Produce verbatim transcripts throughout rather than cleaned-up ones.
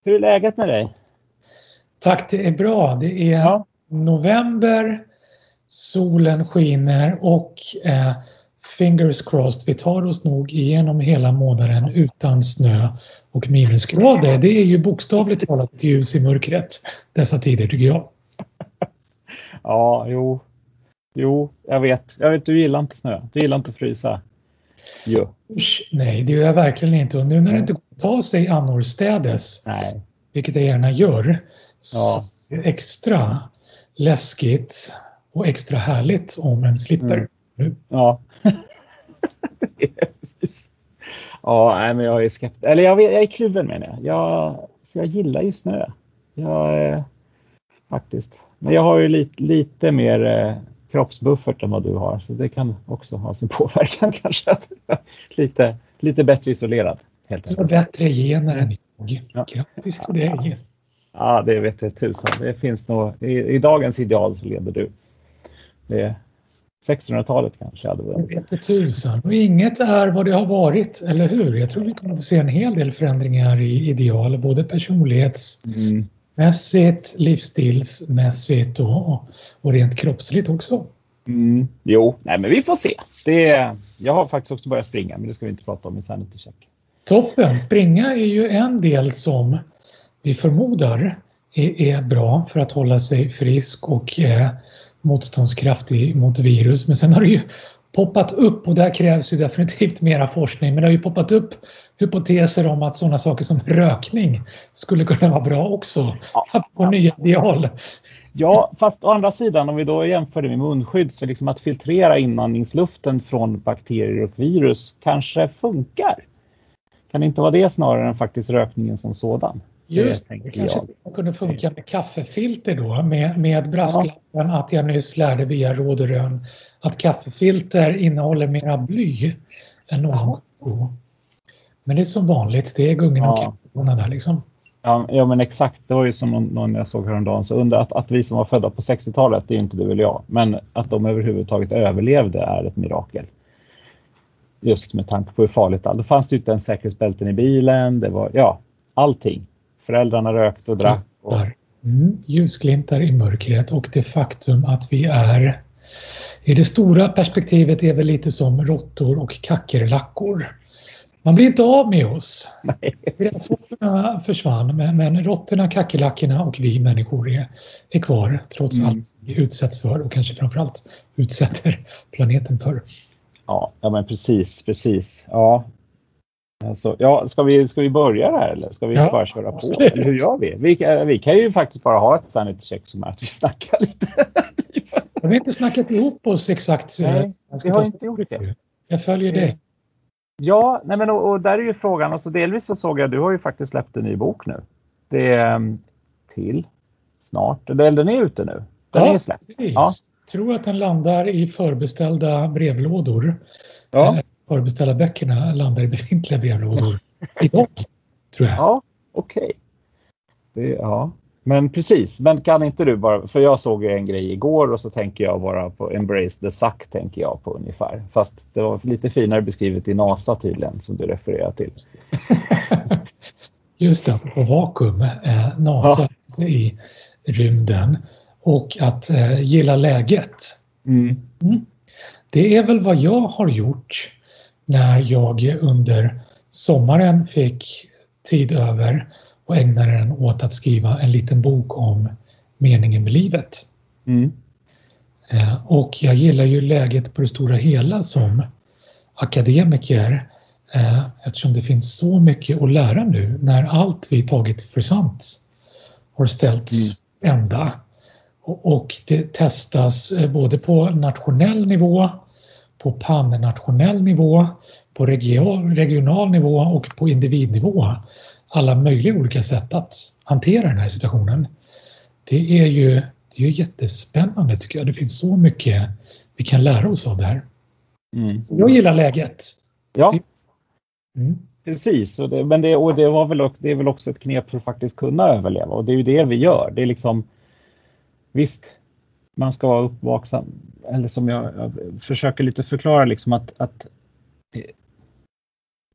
Hur är läget med dig? Tack, det är bra. Det är Ja. november, solen skiner och eh, fingers crossed, vi tar oss nog igenom hela månaden utan snö och minusgrader. Det är ju bokstavligt talat ljus i mörkret dessa tider, tycker jag. Ja, jo. Jo, jag vet. Jag vet, du gillar inte snö. Du gillar inte att frysa. Jo. Usch, nej, det gör jag verkligen inte. Och nu när det inte går att ta sig annorstädes, Nej. vilket jag gärna gör, så Ja. är det extra läskigt och extra härligt om en slipper Mm. nu. Ja. Precis. Ja, nej, men jag är skeptisk. Eller jag, vet, jag är kluven med det. Jag, så jag gillar ju snö. Jag, eh, faktiskt. Men jag har ju lite, lite mer eh, kroppsbuffert än vad du har. Så det kan också ha sin påverkan kanske. lite, lite bättre isolerad. Helt Du har bättre gener än jag. Ja. Grattis till dig. Ja, det vet jag tusan. Det finns nog, i, i dagens ideal så leder du. Det är sextonhundratalet kanske. Hade Det vet jag tusan. Och inget är vad det har varit, eller hur? Jag tror vi kommer att se en hel del förändringar i ideal, både personlighetsmässigt, mm. livsstilsmässigt och, och rent kroppsligt också. Mm. Jo, nej men vi får se. Det, jag har faktiskt också börjat springa, men det ska vi inte prata om i sanity check. Toppen! Springa är ju en del som vi förmodar är, är bra för att hålla sig frisk och eh, motståndskraftig mot virus. Men sen har det ju poppat upp, och där krävs ju definitivt mera forskning, men det har ju poppat upp hypoteser om att sådana saker som rökning skulle kunna vara bra också. Ja. På nya ideal. Ja, fast å andra sidan, om vi då jämför det med munskydd, så liksom att filtrera inandningsluften från bakterier och virus kanske funkar. Kan det inte vara det snarare än faktiskt rökningen som sådan? Just det, det kanske jag. kunde funka med kaffefilter då, med, med brasklappen ja. Att jag nyss lärde via råd och rön att kaffefilter innehåller mera bly än någon ja. Men det är som vanligt, det är gungen och ja. kaffeborna där liksom. Ja, ja, men exakt, det var ju som någon, någon jag såg häromdagen, så undrar att, att vi som var födda på sextiotalet, det är ju inte du eller jag, men att de överhuvudtaget överlevde är ett mirakel. Just med tanke på hur farligt det är. Då fanns det ju inte en säkerhetsbälten i bilen, det var, ja, allting. Föräldrarna rökte och drack. Och... Mm, ljusglimtar i mörkret, och det faktum att vi är, i det stora perspektivet är väl lite som råttor och kackerlackor. Man blir inte av med oss. Råttorna försvann, men, men råttorna, kackerlackorna och vi människor är, är kvar trots mm. allt vi utsätts för, och kanske framförallt utsätter planeten för. Ja, ja men precis, precis. Ja. Alltså, ja, ska vi, ska vi börja här eller ska vi ja, bara köra på? Eller hur gör vi? vi? Vi kan ju faktiskt bara ha ett sanity check som är att vi snackar lite. Vi har inte snackat ihop oss exakt. Nej, vi har inte gjort det. Jag följer det. Ja, nej men och, och där är ju frågan, alltså delvis så såg jag, du har ju faktiskt släppt en ny bok nu. Det är till snart, den är ute nu. Den ja, är släppt. Precis. Ja, tror att den landar i förbeställda brevlådor. Ja. Förbeställda böckerna landar i befintliga brevlådor idag, tror jag. Ja, okej. Okay. Ja, men precis. Men kan inte du bara, för jag såg en grej igår och så tänker jag bara på Embrace the Suck, tänker jag på ungefär. Fast det var lite finare beskrivet i NASA tydligen, som du refererar till. Just det, på vakuum, eh, NASA ja. I rymden, och att eh, gilla läget. Mm. Mm. Det är väl vad jag har gjort när jag under sommaren fick tid över och ägnade den åt att skriva en liten bok om meningen med livet. Mm. Eh, och jag gillar ju läget på det stora hela som akademiker, eh, eftersom det finns så mycket att lära nu när allt vi tagit för sant har ställts mm. ända. Och, och det testas eh, både på nationell nivå, på pannationell nivå, på regional, regional nivå och på individnivå. Alla möjliga olika sätt att hantera den här situationen. Det är ju, det är ju jättespännande tycker jag. Det finns så mycket vi kan lära oss av det här. Mm. Jag gillar läget. Ja, mm. precis. Och det, men det, och det, var väl, det är väl också ett knep för att faktiskt kunna överleva. Och det är ju det vi gör. Det är liksom, visst, man ska vara uppvaksam. Eller som jag, jag försöker lite förklara liksom att, att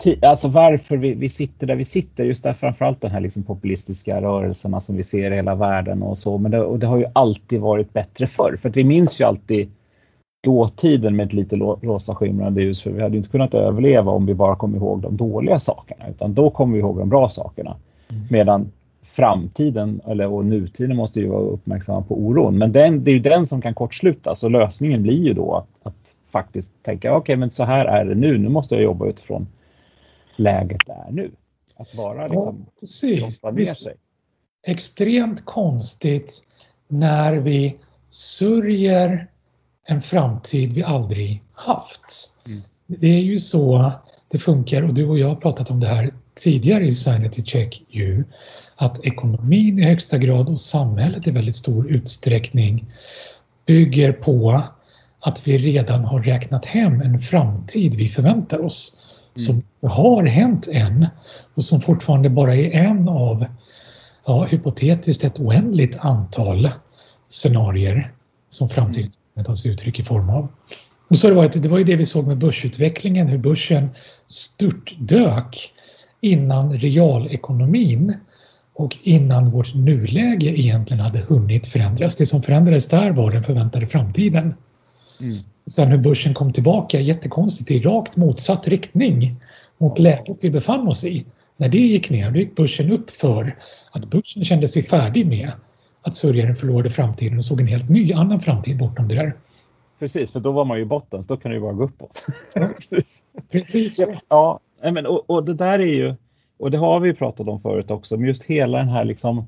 Alltså varför vi, vi sitter där vi sitter, just där framförallt den här liksom populistiska rörelserna som vi ser i hela världen och så. Men det, och det har ju alltid varit bättre förr. För att vi minns ju alltid dåtiden med ett lite rosa skimrande ljus. För vi hade ju inte kunnat överleva om vi bara kom ihåg de dåliga sakerna. Utan då kommer vi ihåg de bra sakerna. Mm. Medan framtiden eller, och nutiden måste ju vara uppmärksamma på oron. Men den, det är ju den som kan kortslutas. Och lösningen blir ju då att, att faktiskt tänka, okej okay, men så här är det nu. Nu måste jag jobba utifrån läget är nu. Att bara liksom ja, precis. ner sig. Extremt konstigt när vi sörjer en framtid vi aldrig haft. Mm. Det är ju så det funkar, och du och jag har pratat om det här tidigare i Sanity Check ju, att ekonomin i högsta grad och samhället i väldigt stor utsträckning bygger på att vi redan har räknat hem en framtid vi förväntar oss. Mm. Som har hänt än och som fortfarande bara är en av, ja, hypotetiskt ett oändligt antal scenarier som framtiden mm. tar sig uttryck i form av. Och så har det varit, det var ju det vi såg med börsutvecklingen, hur börsen störtdök innan realekonomin och innan vårt nuläge egentligen hade hunnit förändras. Det som förändrades där var den förväntade framtiden. Mm. Sen hur börsen kom tillbaka jättekonstigt i rakt motsatt riktning mot läget vi befann oss i. När det gick ner, då gick börsen upp för att börsen kände sig färdig med att sörja den förlorade framtiden och såg en helt ny annan framtid bortom det där. Precis, för då var man ju i botten, så då kan det ju bara gå uppåt. Precis. Ja, men, och, och det där är ju, och det har vi pratat om förut också, men just hela den här liksom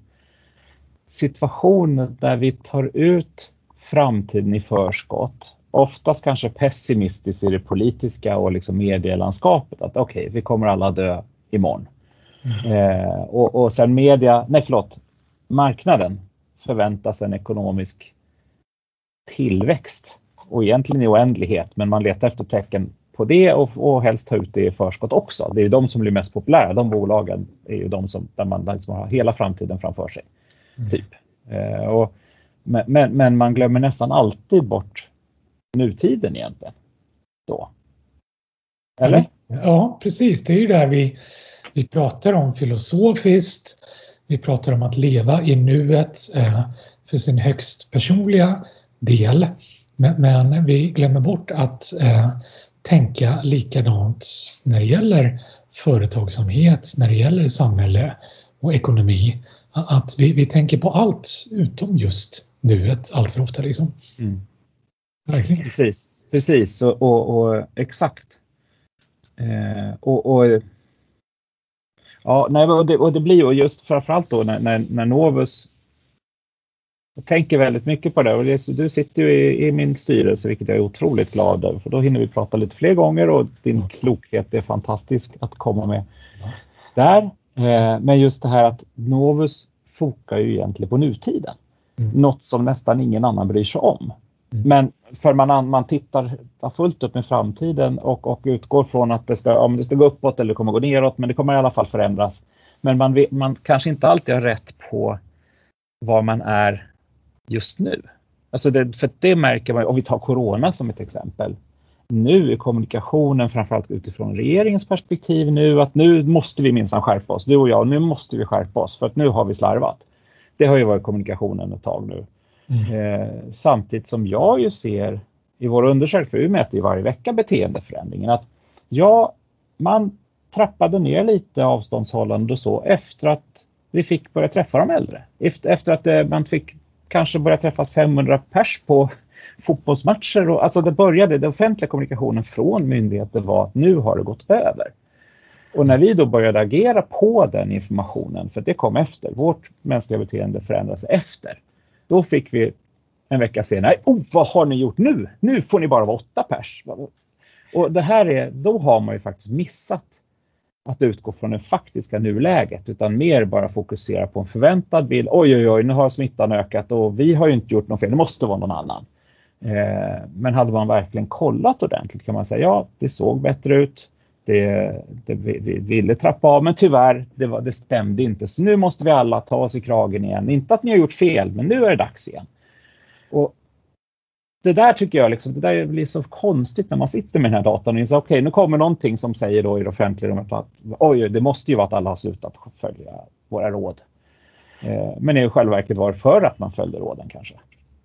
situationen där vi tar ut framtiden i förskott. Oftast kanske pessimistiskt i det politiska och liksom medielandskapet. Att okej, okay, vi kommer alla dö imorgon. Mm. Eh, och, och sen media, nej förlåt, marknaden förväntas en ekonomisk tillväxt. Och egentligen i oändlighet, men man letar efter tecken på det och, och helst ta ut det i förskott också. Det är ju de som blir mest populära. De bolagen är ju de som, där man liksom har hela framtiden framför sig. Mm. Typ. Eh, och, men, men man glömmer nästan alltid bort nutiden egentligen. Då. Eller? Ja, precis. Det är ju där vi, vi pratar om filosofiskt. Vi pratar om att leva i nuet eh, för sin högst personliga del. Men, men vi glömmer bort att eh, tänka likadant när det gäller företagsamhet, när det gäller samhälle och ekonomi. Att vi, vi tänker på allt utom just nuet allt för ofta liksom. Mm. Verkligen. Precis, precis och, och, och exakt. Eh, och, och ja, nej, och, det, och det blir ju just framförallt då när, när, när Novus jag tänker väldigt mycket på det, och det, du sitter ju i, i min styrelse, vilket jag är otroligt glad över, för då hinner vi prata lite fler gånger och din klokhet är fantastisk att komma med där. Eh, men just det här att Novus fokar ju egentligen på nutiden. Mm. Något som nästan ingen annan bryr sig om. Mm. Men för man, man tittar fullt upp med framtiden och, och utgår från att det ska, om det ska gå uppåt eller kommer gå neråt, men det kommer i alla fall förändras. Men man, man kanske inte alltid har rätt på var man är just nu. Alltså det, för det märker man, om vi tar corona som ett exempel. Nu är kommunikationen framförallt utifrån regeringens perspektiv nu att nu måste vi minsann skärpa oss. Du och jag, nu måste vi skärpa oss för att nu har vi slarvat. Det har ju varit kommunikationen ett tag nu. Mm. Eh, samtidigt som jag ju ser i våra undersökningar, vi mäter ju varje vecka beteendeförändringen, att ja, man trappade ner lite avståndshållande och så efter att vi fick börja träffa de äldre. Efter, efter att eh, man fick kanske börja träffas femhundra pers på fotbollsmatcher. Och, alltså det började, den offentliga kommunikationen från myndigheter var att nu har det gått över. Och när vi då började agera på den informationen, för det kom efter, vårt mänskliga beteende förändras efter. Då fick vi en vecka senare, oh vad har ni gjort nu? Nu får ni bara vara åtta pers. Och det här är, då har man ju faktiskt missat att utgå från det faktiska nuläget, utan mer bara fokusera på en förväntad bild. Oj, oj, oj, nu har smittan ökat och vi har ju inte gjort något fel, det måste vara någon annan. Eh, men hade man verkligen kollat ordentligt kan man säga, ja, det såg bättre ut. Det, det, vi, vi ville trappa av, men tyvärr, det, var, det stämde inte. Så nu måste vi alla ta oss i kragen igen. Inte att ni har gjort fel, men nu är det dags igen. Och det där tycker jag liksom, det där blir så konstigt när man sitter med den här datan och säger okej, okay, nu kommer någonting som säger då i det offentliga rummet att oj, det måste ju vara att alla har slutat följa våra råd. Eh, men i själva verket var det för att man följde råden kanske.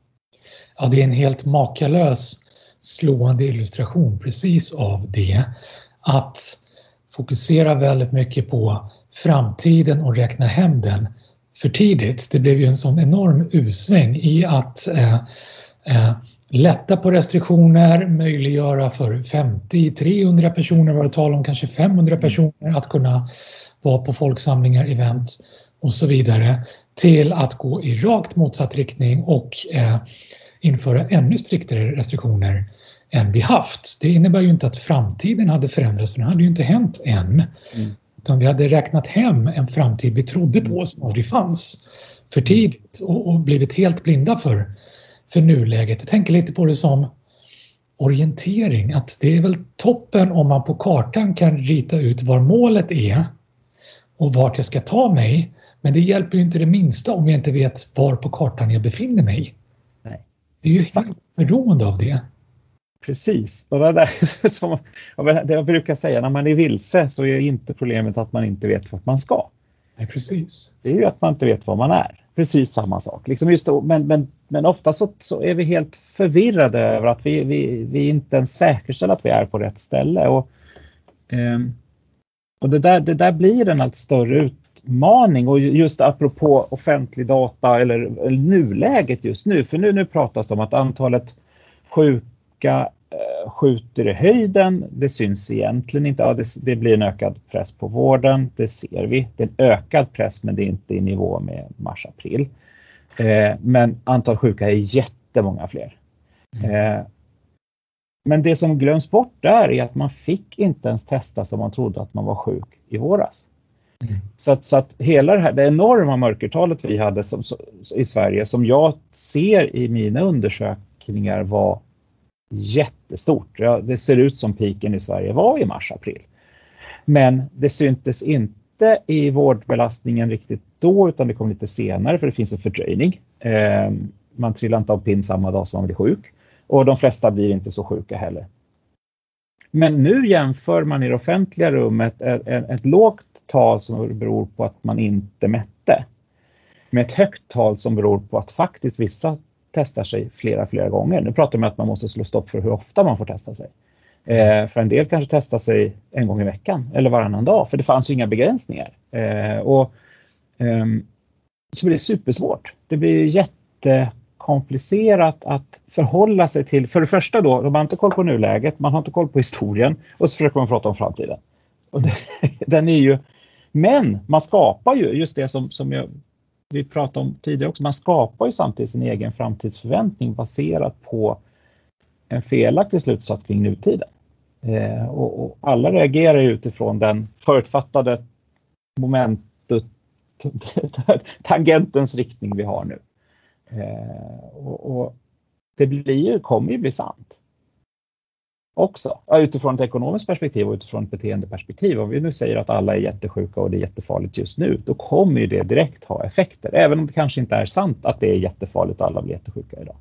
Ja, det är en helt makalös slående illustration precis av det. Att fokusera väldigt mycket på framtiden och räkna hem den för tidigt. Det blev ju en sån enorm usväng i att eh, eh, lätta på restriktioner, möjliggöra för femtio till trehundra personer, var det tal om kanske femhundra personer att kunna vara på folksamlingar, event och så vidare, till att gå i rakt motsatt riktning och eh, införa ännu striktare restriktioner än vi haft. Det innebär ju inte att framtiden hade förändrats, för det hade ju inte hänt än. Mm. Utan vi hade räknat hem en framtid vi trodde på som aldrig fanns för tidigt och, och blivit helt blinda för, för nuläget. Jag tänker lite på det som orientering, att det är väl toppen om man på kartan kan rita ut var målet är och vart jag ska ta mig. Men det hjälper ju inte det minsta om jag inte vet var på kartan jag befinner mig. Nej. Det är ju helt beroende av det. Precis. Och det, där, som, det jag brukar säga, när man är vilse så är inte problemet att man inte vet vart man ska. Nej, precis. Det är ju att man inte vet var man är. Precis samma sak. Liksom just då, men, men, men ofta så, så är vi helt förvirrade över att vi, vi, vi inte ens säkerställer att vi är på rätt ställe. Och, eh, och det, där, det där blir en allt större utmaning. Och just apropå offentlig data eller, eller nuläget just nu. För nu, nu pratas det om att antalet sjuka eh, skjuter i höjden. Det syns egentligen inte. Ja, det, det blir en ökad press på vården. Det ser vi. Det är en ökad press, men det är inte i nivå med mars-april. Eh, men antal sjuka är jättemånga fler. Eh, men det som glöms bort där är att man fick inte ens testa som man trodde att man var sjuk i våras. Mm. Så, att, så att hela det här, det enorma mörkertalet vi hade som, så, i Sverige, som jag ser i mina undersökningar var jättestort. Ja, det ser ut som piken i Sverige var i mars-april. Men det syntes inte i vårdbelastningen riktigt då, utan det kom lite senare för det finns en fördröjning. Eh, man trillar inte av pinn samma dag som man blir sjuk. Och de flesta blir inte så sjuka heller. Men nu jämför man i det offentliga rummet ett, ett, ett lågt tal som beror på att man inte mätte med ett högt tal som beror på att faktiskt vissa testar sig flera, flera gånger. Nu pratar man om att man måste slå stopp för hur ofta man får testa sig. Eh, för en del kanske testar sig en gång i veckan eller varannan dag, för det fanns ju inga begränsningar. Eh, och, eh, så blir det supersvårt. Det blir jättekomplicerat att förhålla sig till. För det första då, man har inte koll på nuläget, man har inte koll på historien och så försöker man prata om framtiden. Och det, den är ju, men man skapar ju just det som, som jag vi pratade om tidigare också. Man skapar ju samtidigt sin egen framtidsförväntning baserat på en felaktig slutsats kring nutiden. Eh, och, och alla reagerar utifrån den förutfattade momentet, tangentens riktning vi har nu. Eh, och, och det blir ju, kommer ju bli sant. Också, ja, utifrån ett ekonomiskt perspektiv och utifrån ett beteendeperspektiv. Om vi nu säger att alla är jättesjuka och det är jättefarligt just nu, då kommer ju det direkt ha effekter. Även om det kanske inte är sant att det är jättefarligt att alla blir jättesjuka idag.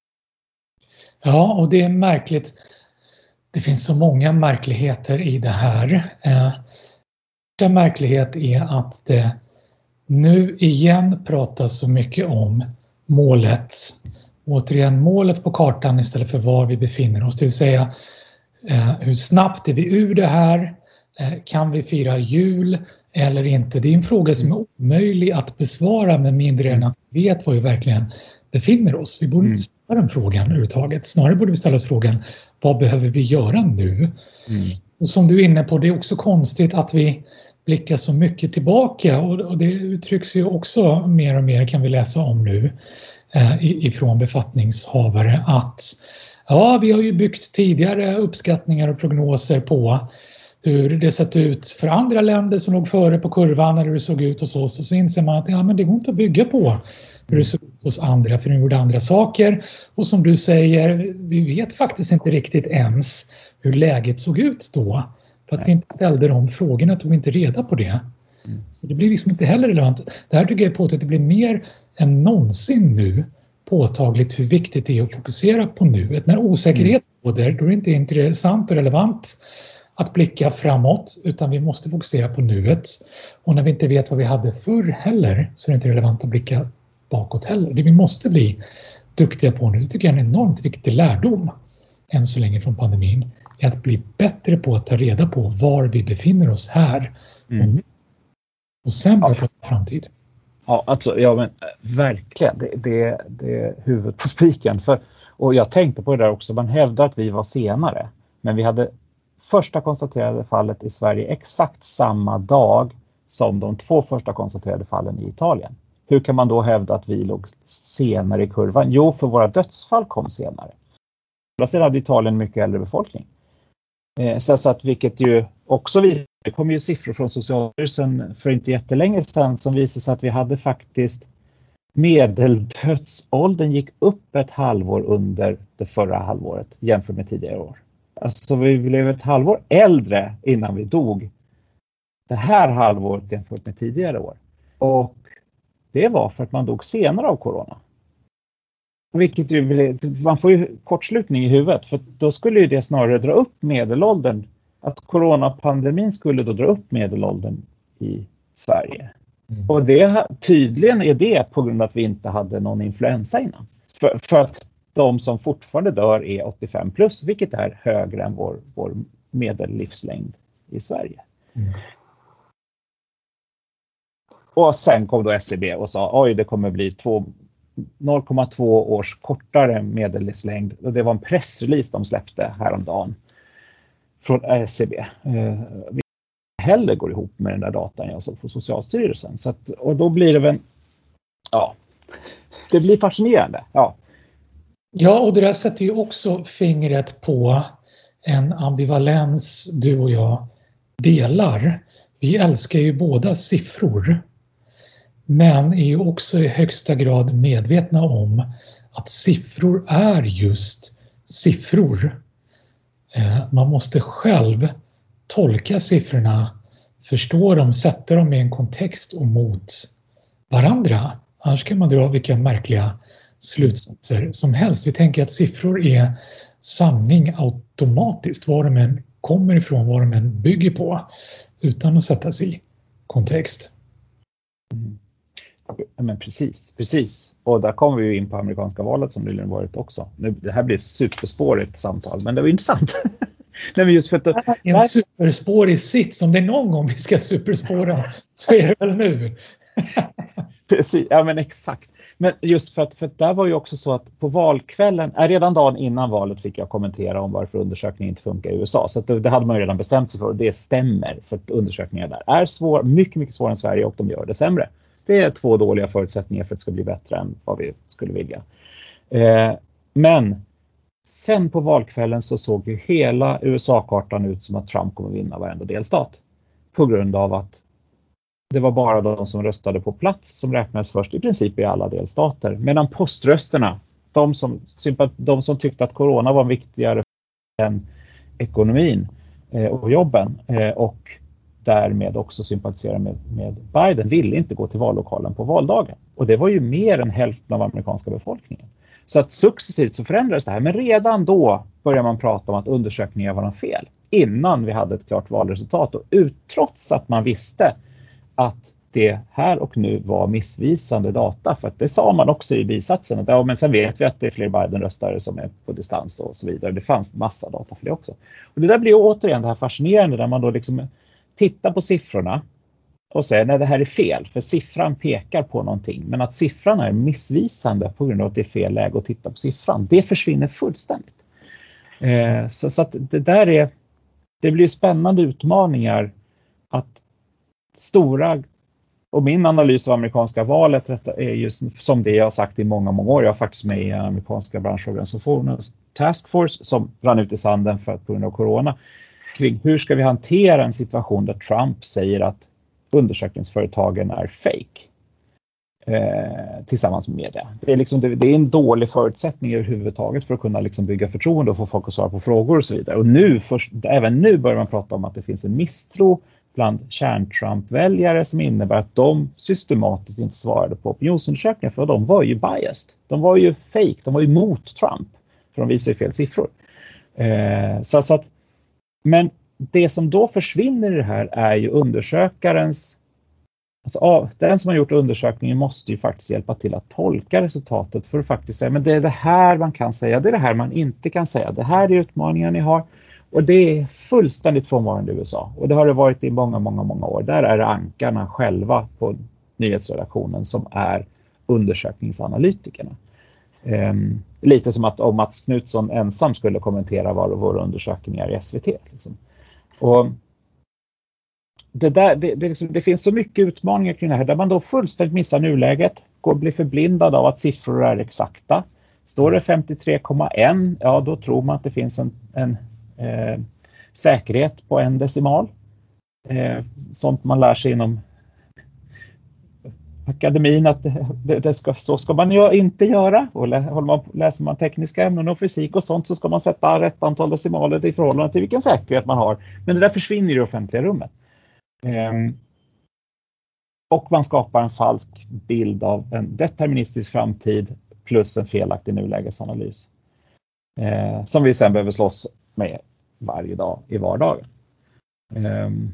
Ja, och det är märkligt. Det finns så många märkligheter i det här. Eh, den märklighet är att det nu igen pratas så mycket om målet. Återigen, målet på kartan istället för var vi befinner oss. Det vill säga, eh, hur snabbt är vi ur det här? Eh, kan vi fira jul eller inte? Det är en fråga som är omöjlig att besvara med mindre än att vi vet var vi verkligen befinner oss. Vi borde inte ställa den frågan överhuvudtaget. Snarare borde vi ställa oss frågan, vad behöver vi göra nu? Mm. Och som du är inne på, det är också konstigt att vi blickar så mycket tillbaka. Och, och det uttrycks ju också mer och mer, kan vi läsa om nu, eh, ifrån befattningshavare, att ja, vi har ju byggt tidigare uppskattningar och prognoser på hur det sett ut för andra länder som låg före på kurvan eller hur det såg ut hos oss. Och så inser man att ja, men det går inte att bygga på hur det såg ut hos andra, för de gjorde andra saker. Och som du säger, vi vet faktiskt inte riktigt ens hur läget såg ut då. För att vi inte ställde de frågorna, tog vi inte reda på det. Så det blir liksom inte heller relevant. Det här tycker jag är på att det blir mer än någonsin nu påtagligt hur viktigt det är att fokusera på nuet. När osäkerhet råder, då är det inte intressant och relevant att blicka framåt, utan vi måste fokusera på nuet. Och när vi inte vet vad vi hade förr heller, så är det inte relevant att blicka bakåt heller. Det vi måste bli duktiga på nu, det tycker jag är en enormt viktig lärdom än så länge från pandemin, är att bli bättre på att ta reda på var vi befinner oss här mm. och, och sen börja prata framtid. Ja, alltså, ja men verkligen, det, det, det är huvudet på spiken. För, och jag tänkte på det där också, man hävdar att vi var senare, men vi hade första konstaterade fallet i Sverige exakt samma dag som de två första konstaterade fallen i Italien. Hur kan man då hävda att vi låg senare i kurvan? Jo, för våra dödsfall kom senare. Sen hade Italien mycket äldre befolkning. Eh, så, så att vilket ju också visar, det kom ju siffror från Socialstyrelsen för inte jättelänge sedan som visar sig att vi hade faktiskt medeldödsåldern gick upp ett halvår under det förra halvåret jämfört med tidigare år. Alltså vi blev ett halvår äldre innan vi dog det här halvåret jämfört med tidigare år. Och det var för att man dog senare av corona. Vilket ju, man får ju kortslutning i huvudet, för då skulle ju det snarare dra upp medelåldern. Att coronapandemin skulle då dra upp medelåldern i Sverige. Mm. Och det, tydligen är det på grund av att vi inte hade någon influensa innan. För, för att de som fortfarande dör är åttiofem plus, vilket är högre än vår, vår medellivslängd i Sverige. Mm. Och sen kom då S C B och sa oj, det kommer bli noll komma två års kortare medellivslängd. Och det var en pressrelease de släppte häromdagen från S C B. Eh, vi heller går ihop med den där datan jag såg från Socialstyrelsen. Så att, och då blir det väl, ja, det blir fascinerande. Ja. Ja, och det där sätter ju också fingret på en ambivalens du och jag delar. Vi älskar ju båda siffror, men är ju också i högsta grad medvetna om att siffror är just siffror. Man måste själv tolka siffrorna, förstå dem, sätta dem i en kontext och mot varandra. Annars kan man dra vilka märkliga slutsatser som helst. Vi tänker att siffror är sanning automatiskt, var de än kommer ifrån, vad de än bygger på, utan att sätta sig i kontext. Mm. Men precis, precis. Och där kommer vi ju in på amerikanska valet som nyligen varit också. Nu, det här blir ett superspårigt samtal, men det var intressant. Nej, men just för att då, en nej. Superspårig sitt, om det är någon gång vi ska superspåra så är det väl nu. Precis, ja men exakt. Men just för att, för att där var ju också så att på valkvällen, äh, redan dagen innan valet fick jag kommentera om varför undersökningen inte funkar i U S A. Så att det, det hade man ju redan bestämt sig för, och det stämmer, för att undersökningar där är svår, mycket, mycket svårare än Sverige, och de gör det sämre. Det är två dåliga förutsättningar för att det ska bli bättre än vad vi skulle vilja. Eh, men sen på valkvällen så såg ju hela U S A-kartan ut som att Trump kommer vinna varenda delstat. På grund av att det var bara de som röstade på plats som räknades först i princip i alla delstater. Medan poströsterna, de som, de som tyckte att corona var viktigare än ekonomin eh, och jobben eh, och därmed också sympatiserar med, med Biden, ville inte gå till vallokalen på valdagen. Och det var ju mer än hälften av amerikanska befolkningen. Så att successivt så förändrades det här. Men redan då började man prata om att undersökningar var något fel. Innan vi hade ett klart valresultat. Och ut, trots att man visste att det här och nu var missvisande data. För att det sa man också i bisatsen. Att, ja, men sen vet vi att det är fler Biden-röstare som är på distans och så vidare. Det fanns massa data för det också. Och det där blir återigen det här fascinerande där man då liksom tittar på siffrorna och säger nej, det här är fel. För siffran pekar på någonting. Men att siffran är missvisande på grund av att det är fel läge att titta på siffran. Det försvinner fullständigt. Eh, så, så att det där är, det blir spännande utmaningar att stora, och min analys av amerikanska valet är just som det jag har sagt i många, många år. Jag är faktiskt med i amerikanska branschorganisationens taskforce som rann ut i sanden för att på grund av corona. Kring hur ska vi hantera en situation där Trump säger att undersökningsföretagen är fake eh, tillsammans med media. Det är, liksom, det, det är en dålig förutsättning överhuvudtaget för att kunna liksom bygga förtroende och få folk att svara på frågor och så vidare. Och nu, först, även nu börjar man prata om att det finns en misstro bland kärn-Trump-väljare som innebär att de systematiskt inte svarade på opinionsundersökningar, för de var ju biased. De var ju fake, de var ju mot Trump, för de visar ju fel siffror. Eh, så, så att, men det som då försvinner i det här är ju undersökarens, alltså den som har gjort undersökningen måste ju faktiskt hjälpa till att tolka resultatet för att faktiskt säga, men det är det här man kan säga, det är det här man inte kan säga, det här är utmaningar ni har. Och det är fullständigt frånvarande i U S A. Och det har det varit i många, många, många år. Där är det ankarna själva på nyhetsredaktionen som är undersökningsanalytikerna. Um, lite som att om Mats Knutsson ensam skulle kommentera vad våra undersökningar i S V T. Liksom. Och det, där, det, det, liksom, det finns så mycket utmaningar kring det här där man då fullständigt missar nuläget. Går bli förblindad av att siffror är exakta. Står det femtiotre komma ett, ja då tror man att det finns en, en eh, säkerhet på en decimal. Eh, sånt man lär sig inom akademin att det, det ska, så ska man ju inte göra. Och lä, man, läser man tekniska ämnen och fysik och sånt så ska man sätta rätt antal decimaler i förhållande till vilken säkerhet man har. Men det där försvinner i det offentliga rummet. Um, och man skapar en falsk bild av en deterministisk framtid plus en felaktig nulägesanalys. Uh, som vi sen behöver slåss med varje dag i vardagen. Um,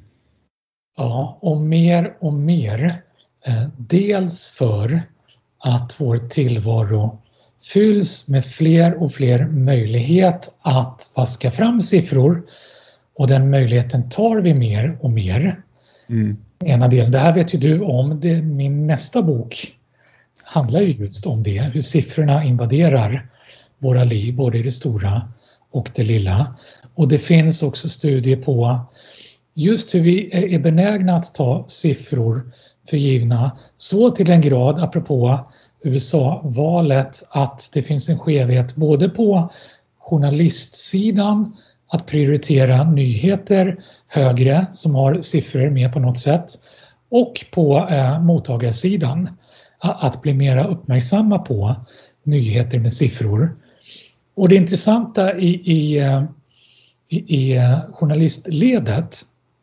ja, och mer och mer. Eh, dels för att vår tillvaro fylls med fler och fler möjlighet att vaska fram siffror. Och den möjligheten tar vi mer och mer. Mm. Ena delen, det här vet ju du om, det, min nästa bok handlar ju just om det. Hur siffrorna invaderar våra liv, både i det stora och det lilla. Och det finns också studier på just hur vi är benägna att ta siffror för givna. Så till en grad, apropå U S A-valet, att det finns en skevhet både på journalistsidan, att prioritera nyheter högre som har siffror med på något sätt, och på eh, mottagarsidan att bli mera uppmärksamma på nyheter med siffror. Och det intressanta i, i, i, i journalistledet,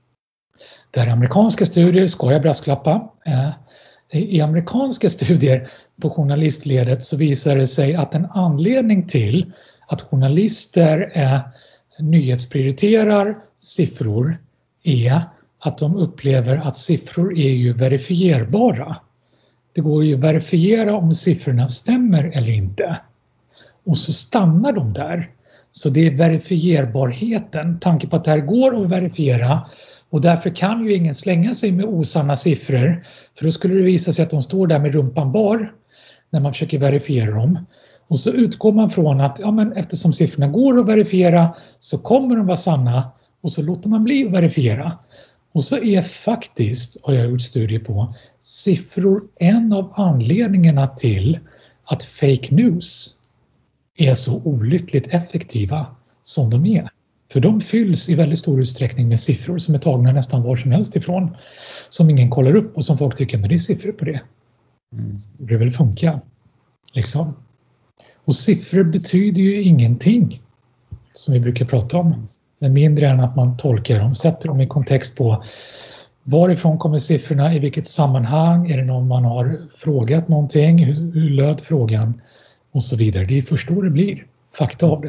där amerikanska studier, ska jag brasklappa, eh, i amerikanska studier på journalistledet så visar det sig att en anledning till att journalister eh, nyhetsprioriterar siffror är att de upplever att siffror är ju verifierbara. Det går ju att verifiera om siffrorna stämmer eller inte. Och så stannar de där. Så det är verifierbarheten, tanke på att det här går att verifiera, och därför kan ju ingen slänga sig med osanna siffror, för då skulle det visa sig att de står där med rumpan bar när man försöker verifiera dem. Och så utgår man från att ja, men eftersom siffrorna går att verifiera så kommer de vara sanna, och så låter man bli att verifiera. Och så är faktiskt, har jag gjort studier på, siffror en av anledningarna till att fake news är så olyckligt effektiva som de är. För de fylls i väldigt stor utsträckning med siffror som är tagna nästan var som helst ifrån, som ingen kollar upp och som folk tycker, men det är siffror på det. Mm. Det vill funka. Liksom. Och siffror betyder ju ingenting, som vi brukar prata om. Men mindre än att man tolkar dem, sätter dem i kontext på varifrån kommer siffrorna, i vilket sammanhang, är det någon man har frågat någonting, hur, hur löd frågan och så vidare. Det är först då det blir fakta av det.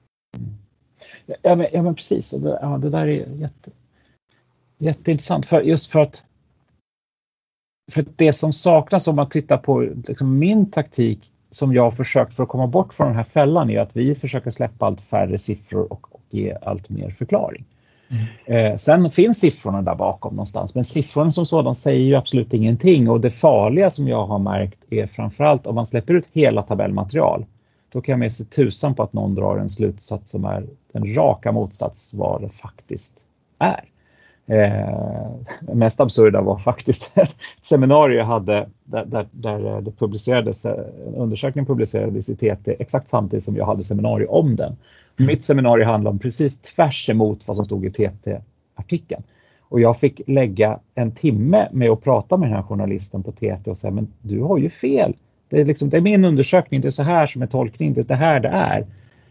Ja men, ja, men precis, det, ja, det där är jätte, jätteintressant, för, just för att för det som saknas om man tittar på liksom, min taktik som jag har försökt för att komma bort från den här fällan är att vi försöker släppa allt färre siffror och, och ge allt mer förklaring. Mm. Eh, sen finns siffrorna där bakom någonstans, men siffrorna som sådan säger ju absolut ingenting, och det farliga som jag har märkt är framförallt om man släpper ut hela tabellmaterial, då kan jag med sig tusan på att någon drar en slutsats som är den raka motsats vad det faktiskt är. Eh, mest absurda var faktiskt ett seminarium jag hade där, där, där det publicerades, en undersökning publicerades i T T exakt samtidigt som jag hade seminarium om den. Mm. Mitt seminarium handlade om precis tvärs emot vad som stod i T T-artikeln. Och jag fick lägga en timme med att prata med den här journalisten på T T och säga, men du har ju fel. Det är, liksom, det är min undersökning, det är så här som är tolkning, det är det här det är.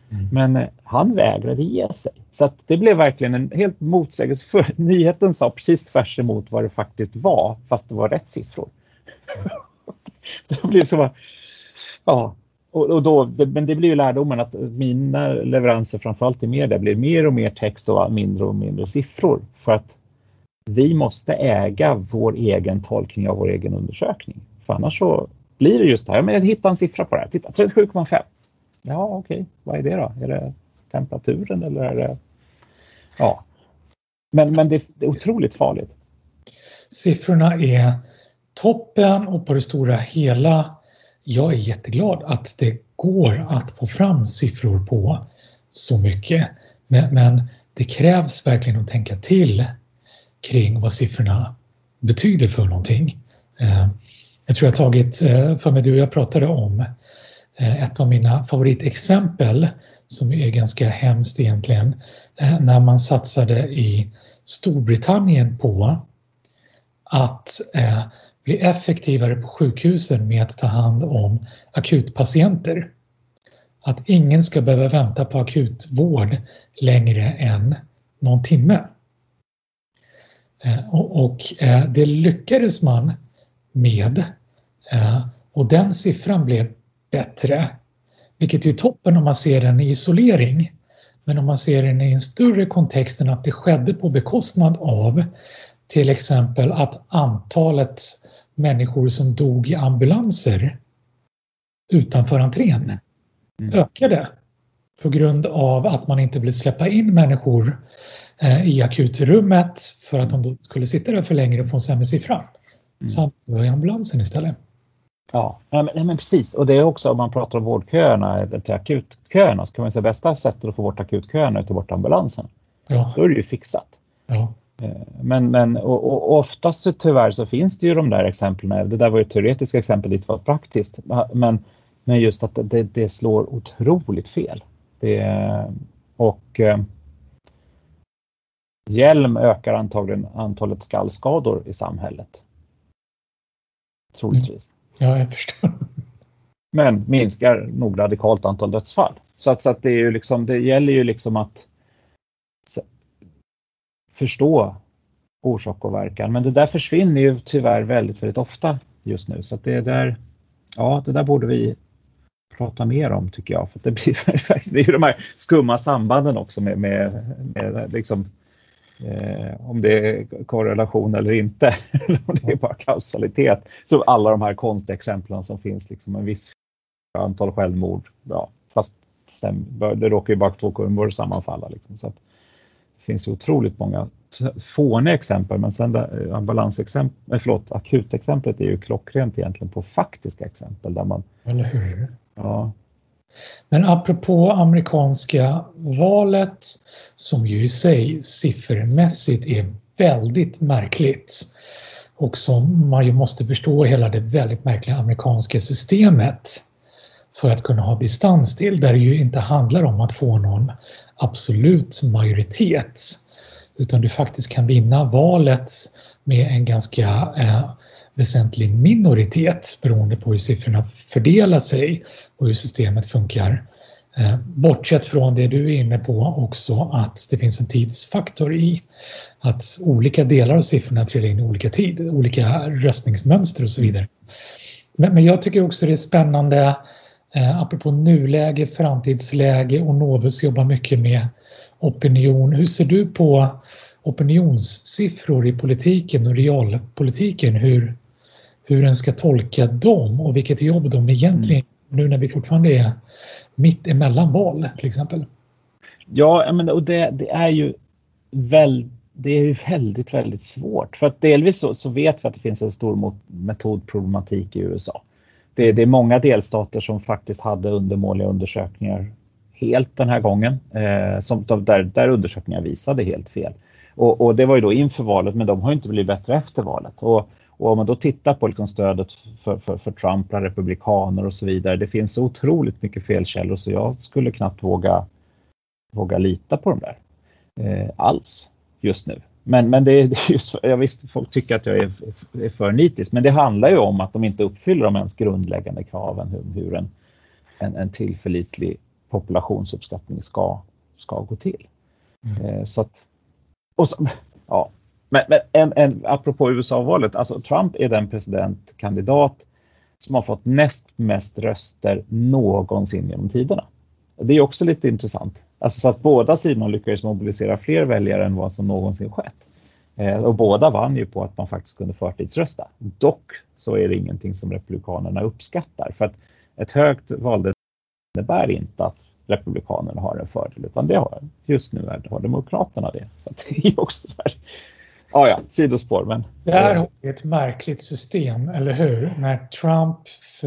Mm. Men eh, han vägrade ge sig. Så att det blev verkligen en helt motsägelsefull. Nyheten sa precis tvärs emot vad det faktiskt var, fast det var rätt siffror. Det blir så, ja, och, och då, det, men det blir ju lärdomen att mina leveranser framförallt i media blir mer och mer text och mindre och mindre siffror, för att vi måste äga vår egen tolkning av vår egen undersökning. För annars så blir det just det här. Men jag hittar en siffra på det här. Titta, trettiosju komma fem. Ja, okej. Okay. Vad är det då? Är det temperaturen eller är det... Ja. Men, men det, det är otroligt farligt. Siffrorna är toppen och på det stora hela. Jag är jätteglad att det går att få fram siffror på så mycket. Men, men det krävs verkligen att tänka till kring vad siffrorna betyder för någonting. Jag tror jag har tagit, för mig du och jag pratade om ett av mina favoritexempel som är ganska hemskt egentligen, när man satsade i Storbritannien på att bli effektivare på sjukhusen med att ta hand om akutpatienter. Att ingen ska behöva vänta på akutvård längre än någon timme. Och, och det lyckades man med, och den siffran blev bättre, vilket är toppen om man ser den i isolering. Men om man ser den i en större kontext än att det skedde på bekostnad av till exempel att antalet människor som dog i ambulanser utanför entrén mm. ökade på grund av att man inte ville släppa in människor eh, i akutrummet för att de då skulle sitta där för längre och få en sämre siffra. Mm. Så var i ambulansen istället. Ja, men, men precis. Och det är också, om man pratar om vårdköerna till akutköerna, så kan man säga bästa sättet att få bort akutköerna till bort ambulansen. Ja. Då är det ju fixat. Ja. Men, men och, och oftast så, tyvärr så finns det ju de där exemplen. Det där var ju ett teoretiskt exempel, det var praktiskt. Men, men just att det, det slår otroligt fel. Det, och eh, hjälm ökar antagligen antalet skallskador i samhället. Troligtvis. Mm. Ja, jag förstår. Men minskar nog radikalt antal dödsfall. Så att, så att det är ju liksom, det gäller ju liksom att förstå orsak och verkan. Men det där försvinner ju tyvärr väldigt, väldigt ofta just nu. Så att det där, ja, det där borde vi prata mer om, tycker jag. För det blir faktiskt, det är ju de här skumma sambanden också med, med, med liksom, eh, om det är korrelation eller inte. Om det är bara kausalitet. Så alla de här konstiga exemplen som finns, liksom en viss antal självmord. Ja, fast det råkar ju bara två kurvor sammanfalla. Liksom. Så att det finns ju otroligt många fåniga exempel, men sen ambulansexempel, förlåt, akutexemplet är ju klockrent egentligen på faktiska exempel där man... Eller hur? Ja. Men apropå amerikanska valet, som ju i sig siffermässigt är väldigt märkligt och som man ju måste förstå hela det väldigt märkliga amerikanska systemet för att kunna ha distans till, där det ju inte handlar om att få någon absolut majoritet, utan du faktiskt kan vinna valet med en ganska eh, väsentlig minoritet beroende på hur siffrorna fördelar sig och hur systemet funkar. Eh, bortsett från det du är inne på också, att det finns en tidsfaktor i att olika delar av siffrorna trillar in i olika tid, olika röstningsmönster och så vidare. Men, men jag tycker också det är spännande, eh, apropå nuläge, framtidsläge, och Novus jobbar mycket med opinion. Hur ser du på opinionssiffror i politiken och realpolitiken? Hur, hur en ska tolka dem och vilket jobb de egentligen, mm. nu när vi fortfarande är mitt emellan val till exempel? Ja, men och det, det är ju väl, det är ju väldigt, väldigt svårt. För att delvis så, så vet vi att det finns en stor metodproblematik i U S A. Det, det är många delstater som faktiskt hade undermåliga undersökningar helt den här gången. Eh, som, där, där undersökningar visade helt fel. Och, och det var ju då inför valet, men de har inte blivit bättre efter valet. Och, och om man då tittar på liksom stödet för, för, för Trump, republikaner och så vidare. Det finns så otroligt mycket felkällor så jag skulle knappt våga, våga lita på dem där. Eh, alls just nu. Men, men det är just, jag visste folk tycker att jag är, är för nitisk. Men det handlar ju om att de inte uppfyller de ens grundläggande kraven. Hur, hur en, en, en tillförlitlig populationsuppskattning ska, ska gå till. Mm. Eh, så att, och så, ja. Men, men en, en, apropå U S A-valet, alltså Trump är den presidentkandidat som har fått näst mest röster någonsin genom tiderna. Det är också lite intressant. Alltså så att båda sidorna lyckades mobilisera fler väljare än vad som någonsin skett. Eh, och båda vann ju på att man faktiskt kunde förtidsrösta. Dock så är det ingenting som republikanerna uppskattar. För att ett högt valdeltagande innebär inte att republikanerna har en fördel, utan det har, just nu är det, har demokraterna det. Så att det är också så här, ja ja, sidospår. Men det här är ett märkligt system, eller hur? När Trump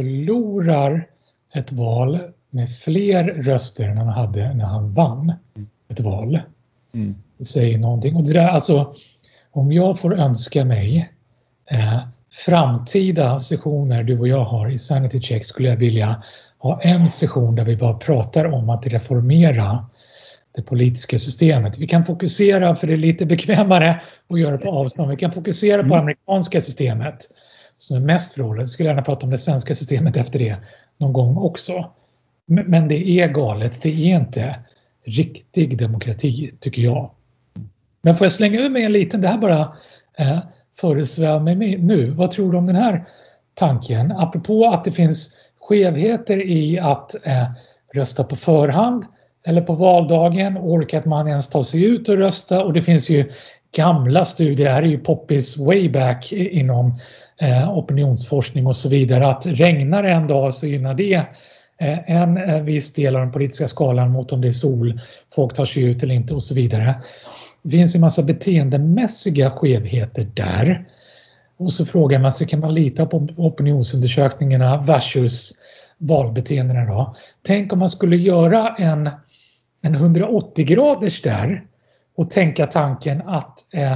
förlorar ett val med fler röster än han hade när han vann ett val. Mm. Det säger någonting. Och det där, alltså, om jag får önska mig eh, framtida sessioner du och jag har i Sanity Check, skulle jag vilja ha en session där vi bara pratar om att reformera det politiska systemet. Vi kan fokusera, för det är lite bekvämare att göra på avstånd. Vi kan fokusera på amerikanska systemet som är mest förhållet. Jag skulle gärna prata om det svenska systemet efter det någon gång också. Men det är galet. Det är inte riktig demokrati, tycker jag. Men får jag slänga ur mig en liten, det här bara eh, föresvävar mig nu. Vad tror du om den här tanken? Apropå att det finns skevheter i att eh, rösta på förhand eller på valdagen, orkar att man ens tar sig ut och rösta. Och det finns ju gamla studier, det här är ju poppis way back inom eh, opinionsforskning och så vidare, att regnar en dag så gynnar det eh, en eh, viss del av den politiska skalan mot om det är sol, folk tar sig ut eller inte och så vidare. Det finns ju en massa beteendemässiga skevheter där. Och så frågar man sig, kan man lita på opinionsundersökningarna versus valbeteendena då? Tänk om man skulle göra en, en hundraåttio graders där och tänka tanken att eh,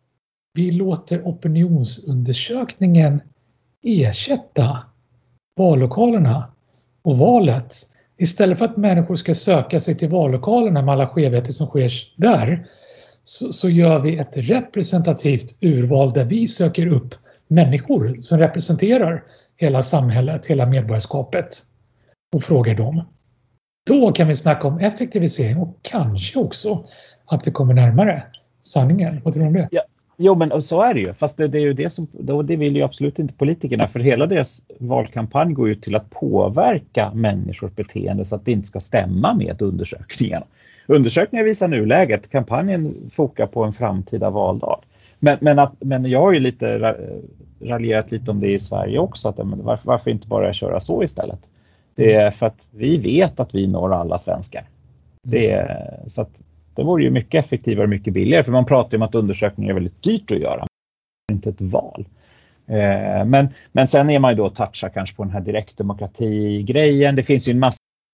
vi låter opinionsundersökningen ersätta vallokalerna och valet. Istället för att människor ska söka sig till vallokalerna med alla skevheter som sker där, så, så gör vi ett representativt urval där vi söker upp människor som representerar hela samhället, hela medborgarskapet och frågar dem. Då kan vi snacka om effektivisering och kanske också att vi kommer närmare sanningen. Vad tror du om det? Ja, jo, men så är det ju. Fast det, det är ju det som, det vill ju absolut inte politikerna. För hela deras valkampanj går ju till att påverka människors beteende så att det inte ska stämma med undersökningarna. Undersökningar visar nuläget. Kampanjen fokar på en framtida valdag. Men, men, att, men jag har ju lite raljerat lite om det i Sverige också. Att, men varför, varför inte bara köra så istället? Det är för att vi vet att vi når alla svenskar. Det är, så att det vore ju mycket effektivare och mycket billigare. För man pratar ju om att undersökningar är väldigt dyrt att göra. Inte ett val. Eh, men, men sen är man ju då touchar kanske på den här direktdemokrati-grejen. Det finns ju en massa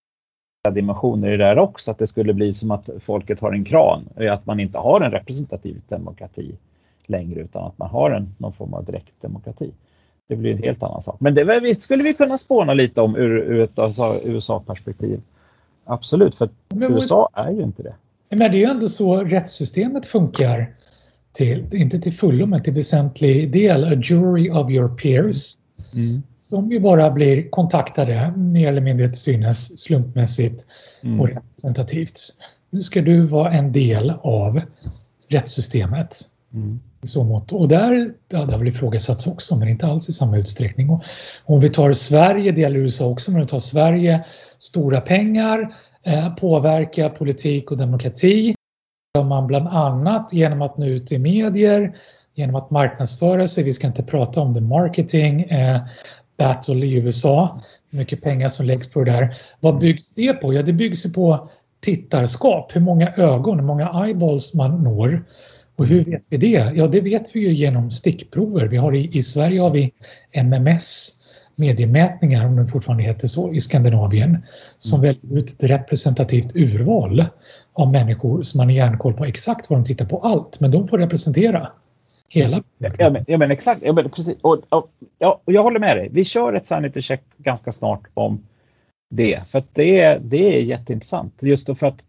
dimensioner i det där också. Att det skulle bli som att folket har en kran. Att man inte har en representativ demokrati längre, utan att man har en, någon form av direktdemokrati. Det blir en helt annan sak. Men det visst skulle vi kunna spåna lite om ur, ur ett U S A-perspektiv. Absolut, för men, U S A är ju inte det. Men det är ju ändå så rättssystemet funkar till, inte till fullo men till väsentlig del. A jury of your peers. Mm. Som ju bara blir kontaktade mer eller mindre till synes slumpmässigt mm. och representativt. Nu ska du vara en del av rättssystemet. Mm. Så mått. Och där, ja, där blir ifrågasatts också, men inte alls i samma utsträckning. Och om vi tar Sverige, det gäller U S A också, men vi tar Sverige, stora pengar, eh, påverka politik och demokrati. Gör man bland annat genom att nå ut i medier, genom att marknadsföra sig. Vi ska inte prata om the marketing eh, battle i U S A. Mycket pengar som läggs på det där. Vad byggs det på? Ja, det byggs på tittarskap. Hur många ögon, hur många eyeballs man når. Och hur vet vi det? Ja, det vet vi ju genom stickprover. Vi har i, i Sverige har vi M M S, mediemätningar om den fortfarande heter så, i Skandinavien. Som mm. väljer ut ett representativt urval av människor som man har järnkoll på exakt vad de tittar på allt. Men de får representera hela. Ja, men, ja, men exakt. Ja, men precis. Och, och, ja, och jag håller med dig. Vi kör ett sanity check ganska snart om det. För att det är, det är jätteintressant. Just då för att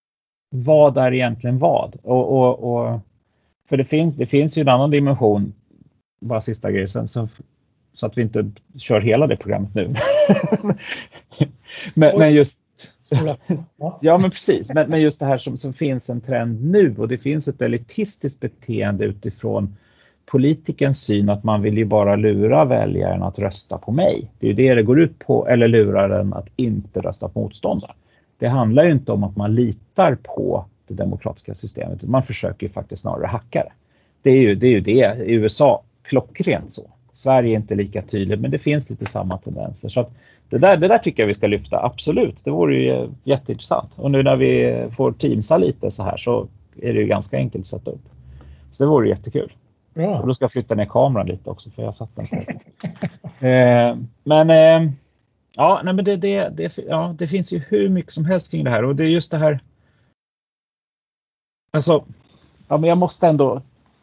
vad är egentligen vad? Och, och, och, för det finns, det finns ju en annan dimension, bara sista grejen, så, så att vi inte kör hela det programmet nu. men, men just... Ja. Ja, men precis. Men, men just det här som, som finns en trend nu, och det finns ett elitistiskt beteende utifrån politikens syn att man vill ju bara lura väljaren att rösta på mig. Det är ju det det går ut på, eller lura den att inte rösta på motståndare. Det handlar ju inte om att man litar på det demokratiska systemet. Man försöker ju faktiskt snarare hacka det. Det är ju det, är ju det. I U S A klockrent så. Sverige är inte lika tydligt, men det finns lite samma tendenser. Så att det, där, det där tycker jag vi ska lyfta, absolut. Det vore ju jätteintressant. Och nu när vi får teamsa lite så här så är det ju ganska enkelt att sätta upp. Så det vore jättekul. Ja. Och då ska jag flytta ner kameran lite också, för jag satt den så. eh, men eh, ja, nej, men det, det, det, ja, det finns ju hur mycket som helst kring det här. Och det är just det här. Alltså, ja, men jag måste ändå.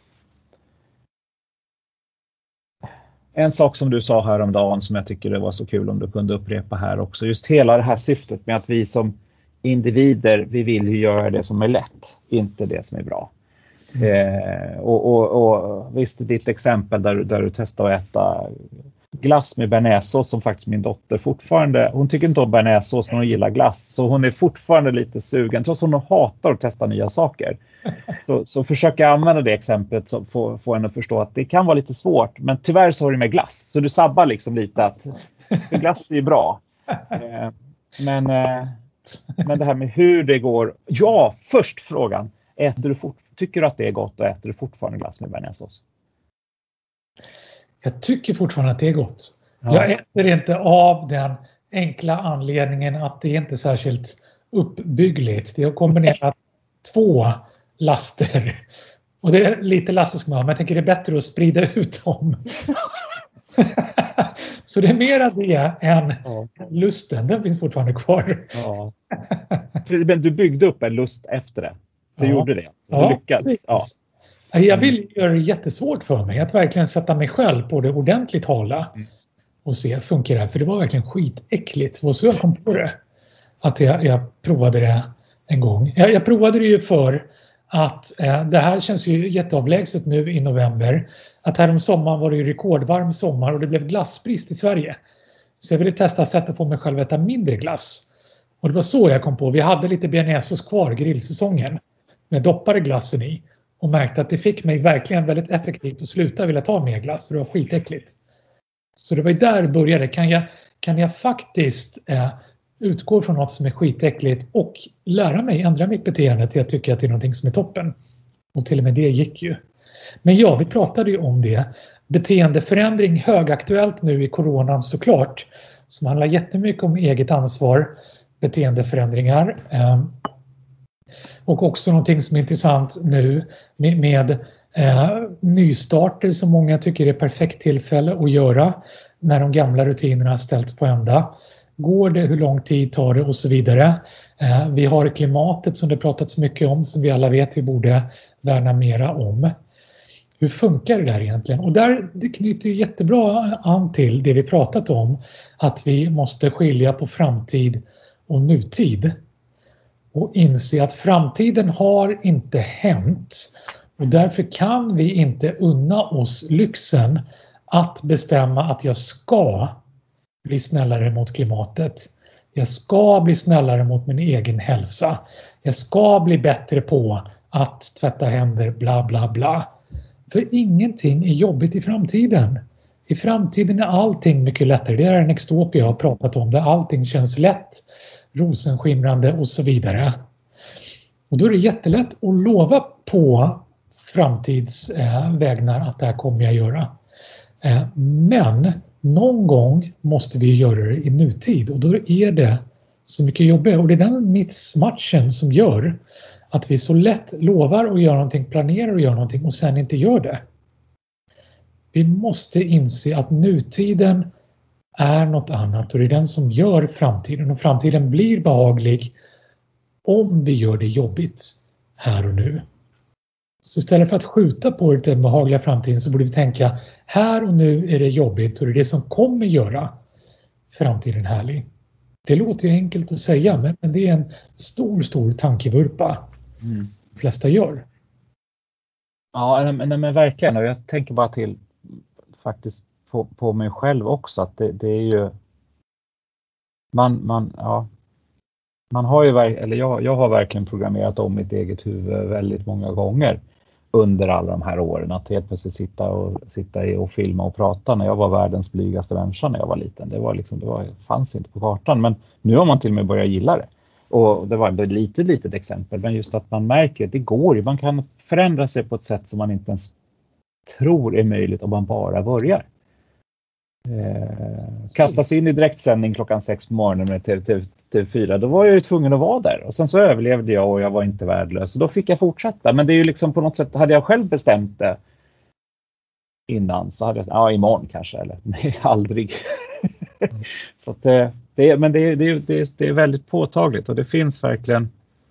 En sak som du sa här om dagen som jag tycker det var så kul om du kunde upprepa här också. Just hela det här syftet med att vi som individer, vi vill ju göra det som är lätt, inte det som är bra. Mm. Eh, och, och, och visst, ditt exempel där, där du testar att äta glass med bearnaisesås, som faktiskt min dotter fortfarande, hon tycker inte om bearnaisesås men hon gillar glass, så hon är fortfarande lite sugen trots att hon hatar att testa nya saker. Så, så försöka använda det exemplet så få, få henne att förstå att det kan vara lite svårt, men tyvärr så har det med glass, så du sabbar liksom lite att glass är bra. Eh, men, eh, men det här med hur det går, ja, först frågan, äter du fort, tycker du att det är gott och äter du fortfarande glass med bearnaisesås? Jag tycker fortfarande att det är gott. Ja. Jag äter inte av den enkla anledningen att det inte är särskilt uppbyggligt. Det har kombinerat två laster. Och det är lite laster ska man ha, men jag tänker det är bättre att sprida ut dem. Så det är mera det än ja. Lusten. Den finns fortfarande kvar. Ja. Men du byggde upp en lust efter det. Du ja. gjorde det. Du ja, lyckades. Ja. Jag vill göra det jättesvårt för mig att verkligen sätta mig själv på det ordentligt hålla mm. och se, funkar det här? För det var verkligen skitäckligt. Det var så jag kom på det. Att jag, jag provade det en gång. Jag, jag provade det ju för att eh, det här känns ju jätteavlägset nu i november. Att här om sommaren var det ju rekordvarm sommar och det blev glassbrist i Sverige. Så jag ville testa att sätta på mig själv att äta mindre glass. Och det var så jag kom på. Vi hade lite bearnaisesås kvar grillsäsongen. Med doppade glassen i. Och märkte att det fick mig verkligen väldigt effektivt att sluta vilja ta mer glass för det var skitäckligt. Så det var ju där det började. Kan jag, kan jag faktiskt eh, utgå från något som är skitäckligt och lära mig, ändra mitt beteende till att tycka att det är någonting som är toppen. Och till och med det gick ju. Men ja, vi pratade ju om det. Beteendeförändring, högaktuellt nu i coronan såklart. Som handlar jättemycket om eget ansvar, beteendeförändringar. Eh, Och också någonting som är intressant nu med, med eh, nystarter som många tycker är perfekt tillfälle att göra när de gamla rutinerna ställts på ända. Går det, hur lång tid tar det och så vidare. Eh, vi har klimatet som det pratats mycket om som vi alla vet vi borde värna mera om. Hur funkar det där egentligen? Och där det knyter ju jättebra an till det vi pratat om, att vi måste skilja på framtid och nutid. Och inse att framtiden har inte hänt och därför kan vi inte unna oss lyxen att bestämma att jag ska bli snällare mot klimatet. Jag ska bli snällare mot min egen hälsa. Jag ska bli bättre på att tvätta händer, bla bla bla. För ingenting är jobbigt i framtiden. I framtiden är allting mycket lättare. Det är en extopia jag har pratat om där allting känns lätt, rosenskimrande och så vidare. Och då är det jättelätt att lova på framtidsvägnar att det här kommer jag göra. Men någon gång måste vi göra det i nutid och då är det så mycket jobbigare. Och det är den missmatchen som gör att vi så lätt lovar att göra någonting, planerar att göra någonting och sen inte gör det. Vi måste inse att nutiden är något annat och det är den som gör framtiden. Och framtiden blir behaglig om vi gör det jobbigt här och nu. Så istället för att skjuta på den behagliga framtiden så borde vi tänka här och nu är det jobbigt och det är det som kommer göra framtiden härlig. Det låter ju enkelt att säga men det är en stor, stor tankevurpa mm. de flesta gör. Ja, men, men verkligen. Och jag tänker bara till faktiskt på, på mig själv också att det, det är ju man, man, ja, Man har ju, eller jag, jag har verkligen programmerat om mitt eget huvud väldigt många gånger under alla de här åren. Att helt plötsligt sitta och, sitta i och filma och prata när jag var världens blygaste människa när jag var liten. Det, var liksom, det var, fanns inte på kartan. Men nu har man till och med börjat gilla det. Och det var ett litet, litet exempel. Men just att man märker att det går. Man kan förändra sig på ett sätt som man inte ens tror är möjligt om man bara börjar. Eh, kastas in i direktsändning klockan sex på morgonen med T V fyra, då var jag ju tvungen att vara där. Och sen så överlevde jag och jag var inte värdelös. Och då fick jag fortsätta. Men det är ju liksom på något sätt, hade jag själv bestämt det innan så hade jag, ja imorgon kanske, eller nej, aldrig. Så att det, det, men det, det, det, det är väldigt påtagligt och det finns verkligen.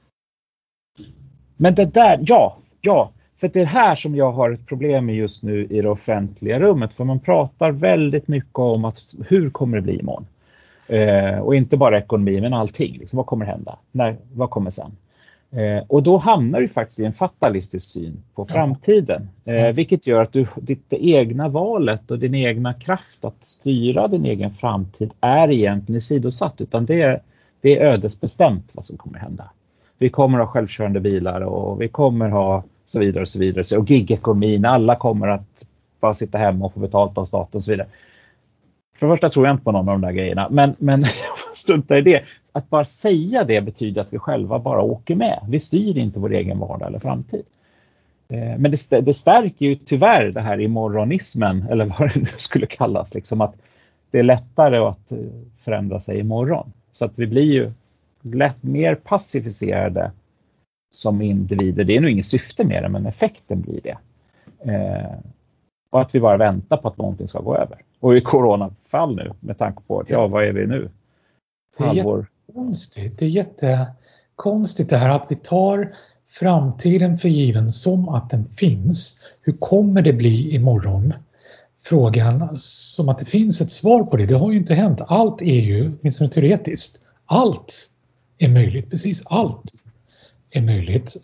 Men det där, ja, ja. För det är här som jag har ett problem med just nu i det offentliga rummet. För man pratar väldigt mycket om att hur kommer det bli imorgon? Eh, och inte bara ekonomi men allting. Liksom, vad kommer hända? När, vad kommer sen? Eh, och då hamnar du faktiskt i en fatalistisk syn på framtiden. Eh, vilket gör att du, ditt egna valet och din egna kraft att styra din egen framtid är egentligen sidosatt. Utan det är, det är ödesbestämt vad som kommer hända. Vi kommer ha självkörande bilar och vi kommer ha så vidare och så vidare. Och gigekonomin, alla kommer att bara sitta hemma och få betalt av staten och så vidare. För det första tror jag inte på någon av de där grejerna. Men, men strunta i det. Att bara säga det betyder att vi själva bara åker med. Vi styr inte vår egen vardag eller framtid. Men det, det stärker ju tyvärr det här imorgonismen. Eller vad det nu skulle kallas. Liksom att det är lättare att förändra sig imorgon. Så att vi blir ju lätt mer passiviserade som individer. Det är nog inget syfte med det, men effekten blir det. Eh, och att vi bara väntar på att någonting ska gå över. Och i coronafall nu, med tanke på att, ja, vad är vi nu? Det är jättekonstigt. Det är jättekonstigt det här att vi tar framtiden för given som att den finns. Hur kommer det bli imorgon? Frågan som att det finns ett svar på det. Det har ju inte hänt. Allt är ju, åtminstone teoretiskt, allt är möjligt. Precis allt är möjligt.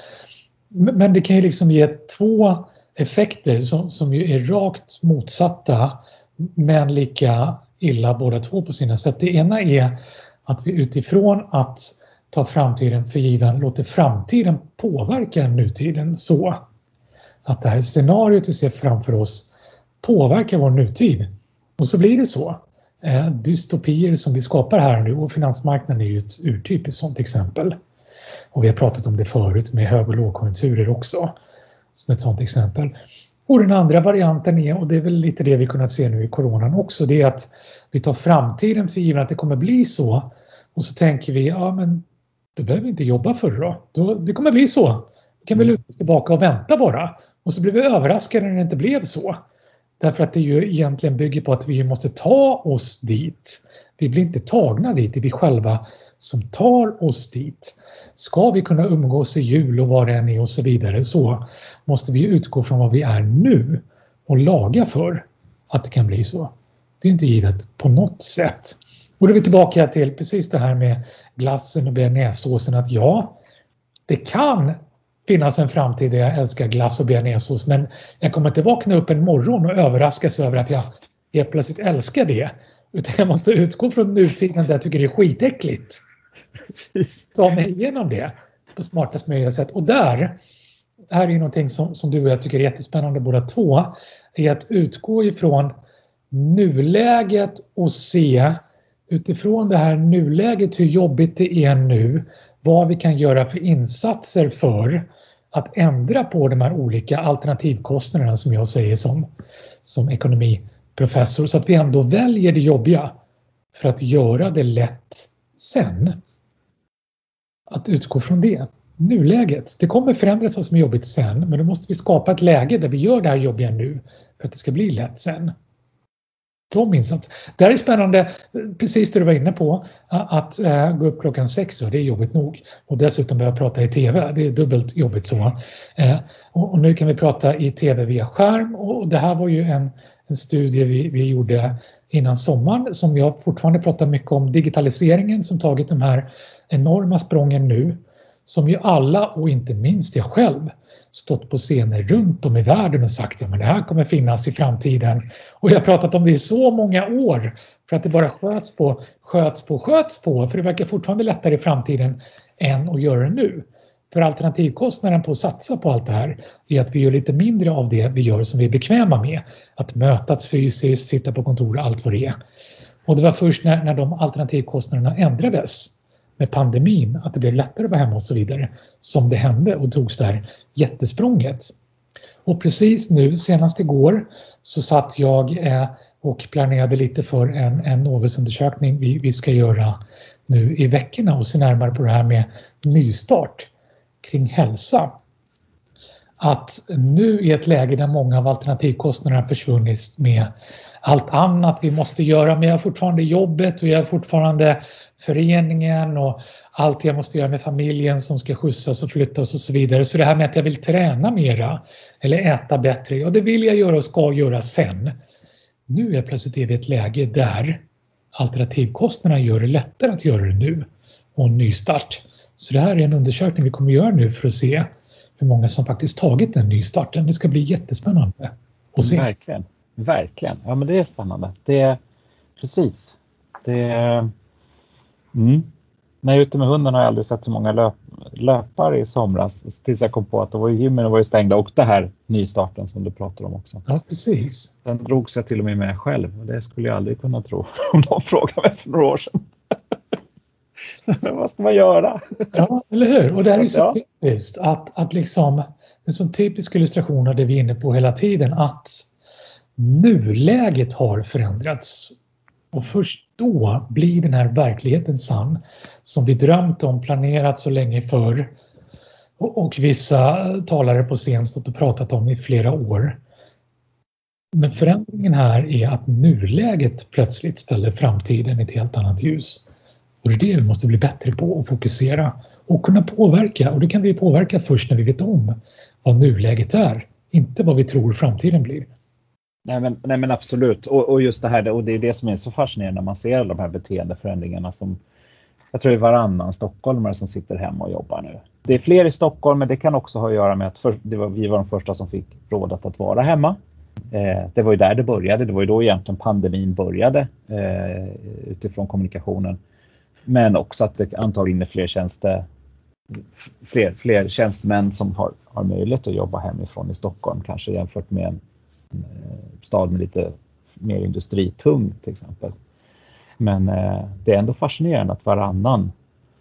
Men det kan ju liksom ge två effekter som, som ju är rakt motsatta men lika illa båda två på sina sätt. Det ena är att vi utifrån att ta framtiden för given låter framtiden påverka nutiden så att det här scenariot vi ser framför oss påverkar vår nutid. Och så blir det så. Eh, dystopier som vi skapar här nu, och finansmarknaden är ju ett urtypiskt sådant exempel. Och vi har pratat om det förut med hög- och lågkonjunkturer också som ett sådant exempel. Och den andra varianten är, och det är väl lite det vi kunnat se nu i coronan också, det är att vi tar framtiden för given att det kommer bli så. Och så tänker vi, ja men då behöver vi inte jobba för det då. då det kommer bli så. Vi kan väl luta oss tillbaka och vänta bara. Och så blir vi överraskade när det inte blev så. Därför att det ju egentligen bygger på att vi måste ta oss dit. Vi blir inte tagna dit, det är vi själva som tar oss dit. Ska vi kunna umgås i jul och vad det än är och så vidare, så måste vi utgå från vad vi är nu och laga för att det kan bli så. Det är inte givet på något sätt. Och då är vi tillbaka till precis det här med glassen och bearnaisesåsen, att ja, det kan finnas en framtid där jag älskar glass och bearnaisesås, men jag kommer inte vakna upp en morgon och överraskas över att jag helt plötsligt älskar det. Utan jag måste utgå från nutiden där jag tycker det är skitäckligt. Precis. Ta mig igenom det på smartast möjliga sätt. Och där, här är någonting som, som du och jag tycker är jättespännande båda två, är att utgå ifrån nuläget och se utifrån det här nuläget hur jobbigt det är nu, vad vi kan göra för insatser för att ändra på de här olika alternativkostnaderna som jag säger som, som ekonomiprofessor, så att vi ändå väljer det jobbiga för att göra det lätt sen. Att utgå från det. Nuläget. Det kommer förändras vad som är jobbigt sen, men då måste vi skapa ett läge där vi gör det här jobbiga nu för att det ska bli lätt sen. De insats. Det här är spännande, precis det du var inne på, att äh, gå upp klockan sex, och det är jobbigt nog. Och dessutom börja prata i tv, det är dubbelt jobbigt så. Äh, och, och nu kan vi prata i tv via skärm, och det här var ju en, en studie vi, vi gjorde innan sommaren som jag fortfarande pratar mycket om, digitaliseringen som tagit de här enorma sprången nu. som ju alla, och inte minst jag själv, stått på scener runt om i världen och sagt, ja men det här kommer finnas i framtiden. Och jag har pratat om det i så många år för att det bara sköts på, sköts på, sköts på. För det verkar fortfarande lättare i framtiden än att göra det nu. För alternativkostnaden på att satsa på allt det här är att vi gör lite mindre av det vi gör som vi är bekväma med. Att mötas fysiskt, sitta på kontor och allt vad det är. Och det var först när, när de alternativkostnaderna ändrades med pandemin, att det blev lättare att vara hemma och så vidare, som det hände och togs där jättesprånget. Och precis nu, senast igår, så satt jag eh, och planerade lite för en, en Novusundersökning vi, vi ska göra nu i veckorna och se närmare på det här med nystart kring hälsa. Att nu i ett läge där många av alternativkostnaderna har försvunnit med allt annat vi måste göra, men jag har fortfarande jobbet och jag har fortfarande föreningen och allt jag måste göra med familjen som ska skjutsas och flyttas och så vidare. Så det här med att jag vill träna mera eller äta bättre, ja det vill jag göra och ska göra sen. Nu är plötsligt i ett läge där alternativkostnaderna gör det lättare att göra det nu och en nystart. Så det här är en undersökning vi kommer göra nu för att se hur många som faktiskt tagit den nystarten. Det ska bli jättespännande att se. Verkligen, verkligen. Ja men det är spännande. Det är precis. Det är... Mm. När jag är ute med hunden har jag aldrig sett så många löp, löpare i somras. Tills jag kom på att det var gymmen var ju stängda och det här nystarten som du pratar om också. Ja, precis. Den drog sig till och med med själv och det skulle jag aldrig kunna tro om de frågade mig för några år sedan. Vad ska man göra? Ja, eller hur? Och det här är ju så typiskt att, att liksom, en sån typisk illustration av det vi är inne på hela tiden, att nuläget har förändrats. Och först då blir den här verkligheten sann som vi drömt om, planerat så länge för och, och vissa talare på scen stått och pratat om i flera år. Men förändringen här är att nuläget plötsligt ställer framtiden i ett helt annat ljus. Och det är det vi måste bli bättre på och fokusera och kunna påverka. Och det kan vi påverka först när vi vet om vad nuläget är, inte vad vi tror framtiden blir. Nej men, nej men absolut, och, och just det här, och det är det som är så fascinerande när man ser de här beteendeförändringarna som jag tror det är varannan stockholmare som sitter hemma och jobbar nu. Det är fler i Stockholm, men det kan också ha att göra med att för, det var, vi var de första som fick rådet att vara hemma. Eh, det var ju där det började, det var ju då egentligen pandemin började eh, utifrån kommunikationen. Men också att det antagligen är fler tjänster, fler, fler tjänstemän som har, har möjlighet att jobba hemifrån i Stockholm, kanske jämfört med en stad med lite mer industritung till exempel. Men eh, det är ändå fascinerande att varannan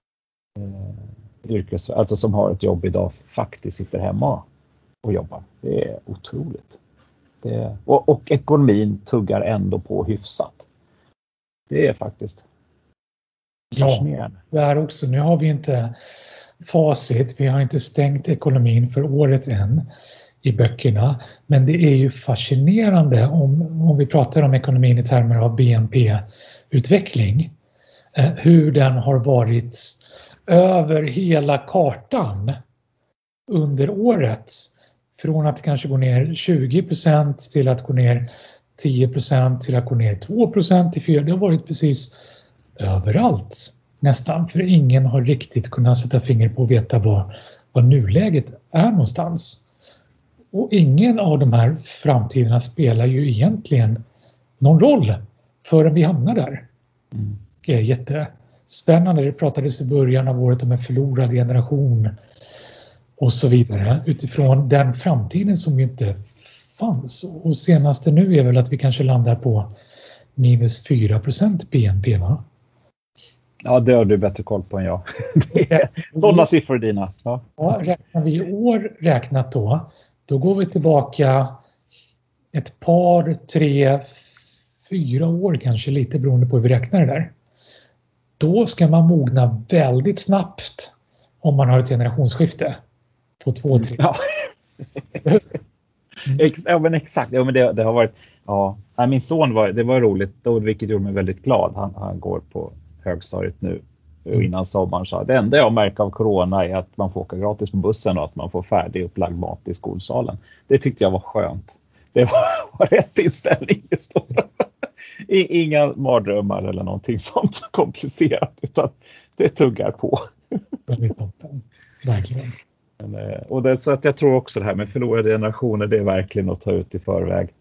eh, yrkes, alltså som har ett jobb idag faktiskt sitter hemma och jobbar. Det är otroligt. Det är, och, och ekonomin tuggar ändå på hyfsat. Det är faktiskt fascinerande. Ja, det är också. Nu har vi inte facit. Vi har inte stängt ekonomin för året än i böckerna. Men det är ju fascinerande om, om vi pratar om ekonomin i termer av B N P-utveckling. Eh, hur den har varit över hela kartan under året. Från att kanske gå ner tjugo procent till att gå ner tio procent till att gå ner två procent till fyra. Det har varit precis överallt nästan. För ingen har riktigt kunnat sätta finger på och veta vad, vad nuläget är någonstans. Och ingen av de här framtiderna spelar ju egentligen någon roll förrän vi hamnar där. Mm. Det är jättespännande. Det pratades i början av året om en förlorad generation och så vidare. Utifrån den framtiden som ju inte fanns. Och senaste nu är väl att vi kanske landar på minus fyra procent B N P, va? Ja, det har du bättre koll på än jag. Det är sådana siffror dina. Ja. Ja, räknar vi i år räknat då, då går vi tillbaka ett par, tre, fyra år kanske, lite beroende på hur vi räknar det där. Då ska man mogna väldigt snabbt om man har ett generationsskifte på två, tre. Ja. Ex- ja men exakt, ja, men det, det har varit, ja, min son var, det var roligt då, vilket gjorde mig väldigt glad. Han, han går på högstadiet nu och innan sommaren sa det enda jag märker av corona är att man får åka gratis på bussen och att man får färdig upplagd mat i skolsalen. Det tyckte jag var skönt. Det var, var rätt inställning just då. Inga mardrömmar eller någonting sånt komplicerat, utan det tuggar på. Väldigt toppen. verkligen. Men, och det, så att jag tror också det här med förlorade generationer, det är verkligen att ta ut i förväg.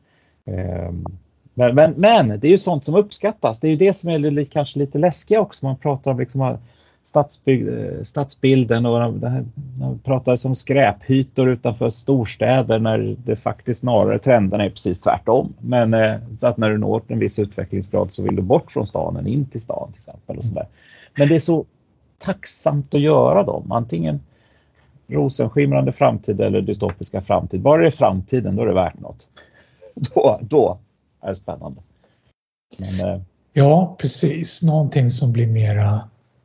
Men, men, men det är ju sånt som uppskattas. Det är ju det som är lite, kanske lite läskiga också. Man pratar om liksom stadsbyg, stadsbilden och det här, man pratar om skräphytor utanför storstäder när det faktiskt snarare trenderna är precis tvärtom. Men så att när du når en viss utvecklingsgrad så vill du bort från stan än in till stan till exempel. Och så där. Men det är så tacksamt att göra dem. Antingen rosenskimrande framtid eller dystopiska framtid. Bara det är framtiden, då är det värt något. Då, då är det spännande. Men, eh... ja, precis. Någonting som blir mera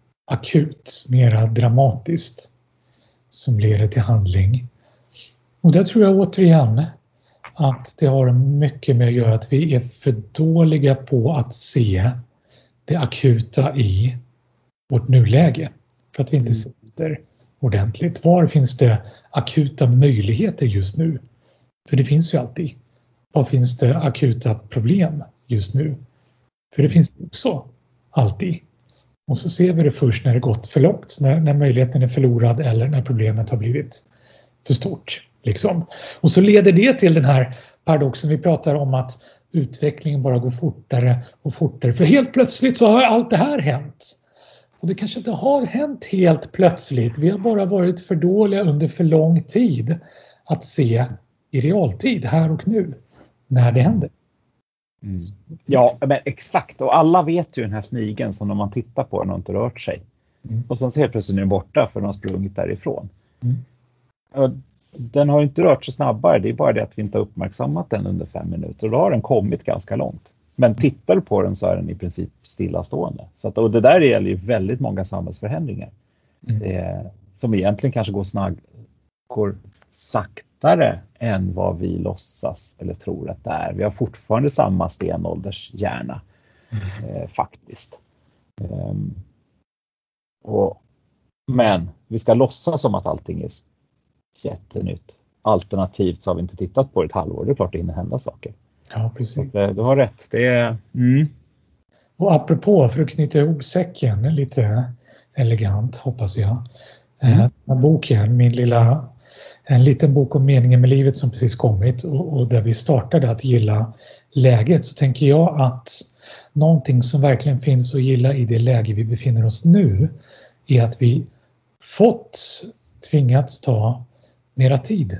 akut, mera dramatiskt. Som leder till handling. Och där tror jag återigen att det har mycket med att göra att vi är för dåliga på att se det akuta i vårt nuläge. För att vi inte sitter ordentligt. Var finns det akuta möjligheter just nu? För det finns ju alltid. Var finns det akuta problem just nu? För det finns det också alltid. Och så ser vi det först när det gått för långt. När, när möjligheten är förlorad eller när problemet har blivit för stort. Liksom. Och så leder det till den här paradoxen vi pratar om att utvecklingen bara går fortare och fortare. För helt plötsligt så har allt det här hänt. Och det kanske inte har hänt helt plötsligt. Vi har bara varit för dåliga under för lång tid att se i realtid, här och nu, när det händer. Mm. Ja, men exakt. Och alla vet ju den här snigeln som när man tittar på den har inte rört sig. Mm. Och sen ser plötsligt den borta för den har sprungit därifrån. Mm. Och den har inte rört sig snabbare. Det är bara det att vi inte har uppmärksammat den under fem minuter. Och då har den kommit ganska långt. Men tittar du på den så är den i princip stillastående. Så att, och det där gäller ju väldigt många samhällsförändringar. Mm. Det, som egentligen kanske går, snagg, går saktare än vad vi låtsas eller tror att det är. Vi har fortfarande samma stenålders hjärna. Mm. Eh, faktiskt. Um, och, men vi ska låtsas som att allting är jättenytt. Alternativt så har vi inte tittat på det ett halvår. Det är klart det hinner hända saker. Ja, precis. Det, du har rätt. Det är, mm. Och apropå, för att knyta ihop säcken lite elegant, hoppas jag. Mm. Den här boken, min lilla, en liten bok om meningen med livet som precis kommit och, och där vi startade att gilla läget, så tänker jag att någonting som verkligen finns att gilla i det läge vi befinner oss nu är att vi fått tvingats ta mera tid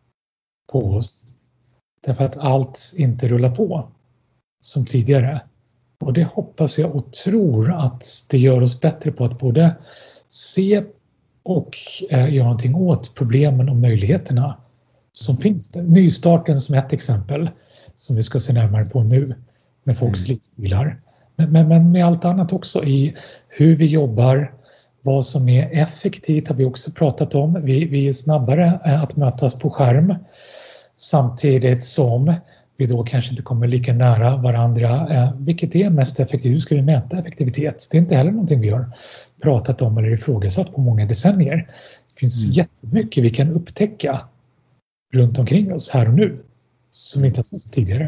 på oss. Därför att allt inte rullar på som tidigare. Och det hoppas jag och tror att det gör oss bättre på att både se och eh, göra någonting åt problemen och möjligheterna som finns där. Nystarten som ett exempel som vi ska se närmare på nu med folks mm. livsstilar. Men, men, men med allt annat också i hur vi jobbar, vad som är effektivt har vi också pratat om. Vi, vi är snabbare att mötas på skärm. Samtidigt som vi då kanske inte kommer lika nära varandra. Eh, vilket är mest effektivt? Hur ska vi mäta effektivitet? Det är inte heller någonting vi har pratat om eller ifrågasatt på många decennier. Det finns mm. jättemycket vi kan upptäcka runt omkring oss här och nu som vi inte har sett tidigare.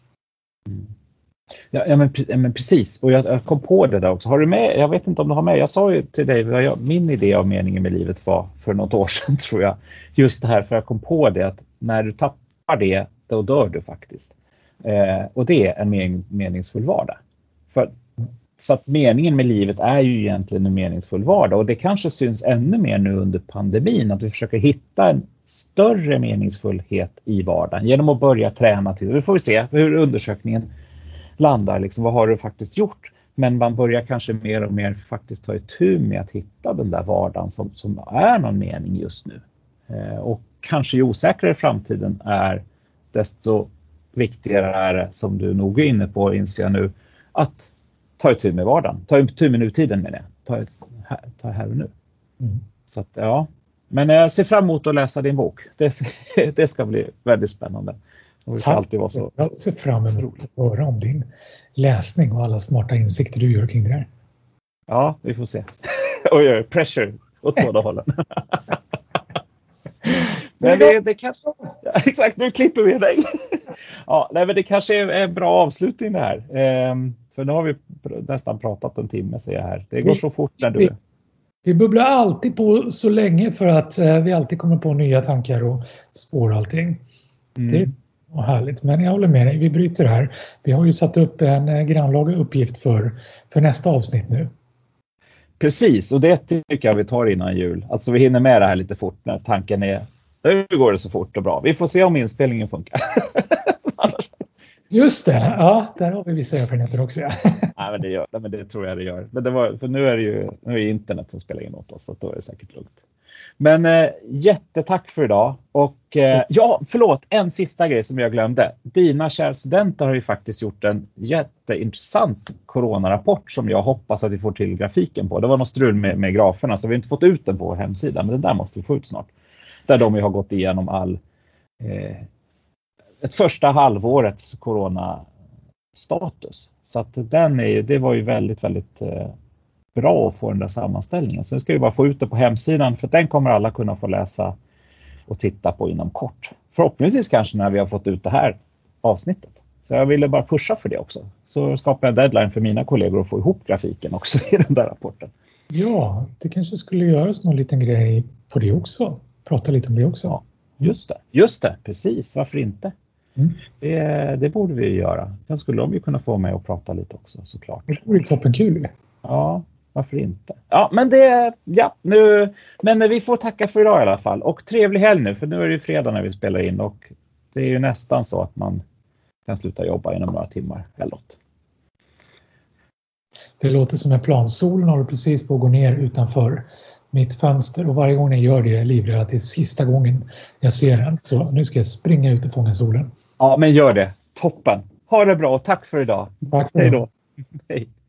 Mm. Ja, ja, men, men precis. Och jag, jag kom på det där också. Har du med? Jag vet inte om du har med. Jag sa ju till dig, jag, min idé av meningen med livet var för något år sedan tror jag. Just det här, för jag kom på det att när du tappar det, då dör du faktiskt. Eh, och det är en men, meningsfull vardag. För, så att meningen med livet är ju egentligen en meningsfull vardag. Och det kanske syns ännu mer nu under pandemin att vi försöker hitta en större meningsfullhet i vardagen genom att börja träna till. Nu får vi se hur undersökningen landar, liksom, vad har du faktiskt gjort? Men man börjar kanske mer och mer faktiskt ta itu med att hitta den där vardagen som, som är någon mening just nu. Eh, och kanske ju osäkrare i framtiden är, desto viktigare är det, som du nog är inne på, inser jag nu, att ta itu med vardagen. Ta itu med nutiden med det. Ta, ta här och nu. Mm. Så att, ja. Men jag ser fram emot att läsa din bok. Det, det ska bli väldigt spännande. Och det ska alltid vara så. Jag ser fram emot att höra om din läsning och alla smarta insikter du gör kring det här. Ja, vi får se. Och gör pressure åt båda hållen. Men det, det kanske... Ja, exakt, nu klipper vi dig. Ja, nej, men det kanske är en bra avslutning det här. Ehm, för nu har vi nästan pratat en timme, ser jag här. Det går så fort när du... Vi bubblar alltid på så länge för att eh, vi alltid kommer på nya tankar och spår och allting. Mm. Det är härligt, men jag håller med dig. Vi bryter här. Vi har ju satt upp en eh, grannlaga uppgift för, för nästa avsnitt nu. Precis, och det tycker jag vi tar innan jul. Alltså vi hinner med det här lite fort när tanken är, nu går det så fort och bra. Vi får se om inspelningen funkar. Just det, ja, där har vi vissa erfarenheter också. Ja. Nej, men det gör, men det tror jag det gör. Men det var, för nu är det ju nu är det internet som spelar in åt oss, så då är det säkert lugnt. Men eh, jättetack för idag. Och eh, ja, förlåt, en sista grej som jag glömde. Dina kära studenter har ju faktiskt gjort en jätteintressant coronarapport som jag hoppas att vi får till grafiken på. Det var något strul med, med graferna så vi har inte fått ut den på vår hemsida, men den där måste vi få ut snart. Där de har gått igenom all eh, ett första halvårets coronastatus. Så att den är ju, det var ju väldigt, väldigt eh, bra att få den där sammanställningen. Så nu ska vi bara få ut det på hemsidan för att den kommer alla kunna få läsa och titta på inom kort. Förhoppningsvis kanske när vi har fått ut det här avsnittet. Så jag ville bara pusha för det också. Så skapar jag en deadline för mina kollegor att få ihop grafiken också i den där rapporten. Ja, det kanske skulle göras någon liten grej på det också. Prata lite om det också. Ja, just det, just det, precis. Varför inte? Mm. Det, det borde vi göra. Jag skulle de ju kunna få mig att prata lite också, såklart. Det vore toppenkul. Ja, varför inte? Ja, men det, ja, nu, men vi får tacka för idag i alla fall. Och trevlig helg nu, för nu är det ju fredag när vi spelar in. Och det är ju nästan så att man kan sluta jobba inom några timmar eller något. Det låter som en plan. Solen håller precis på att gå ner utanför mitt fönster. Och varje gång jag gör det är jag livrädd att det är sista gången jag ser den. Så nu ska jag springa ut och fånga solen. Ja, men gör det. Toppen. Ha det bra och tack för idag. Tack för Hej då. Hej.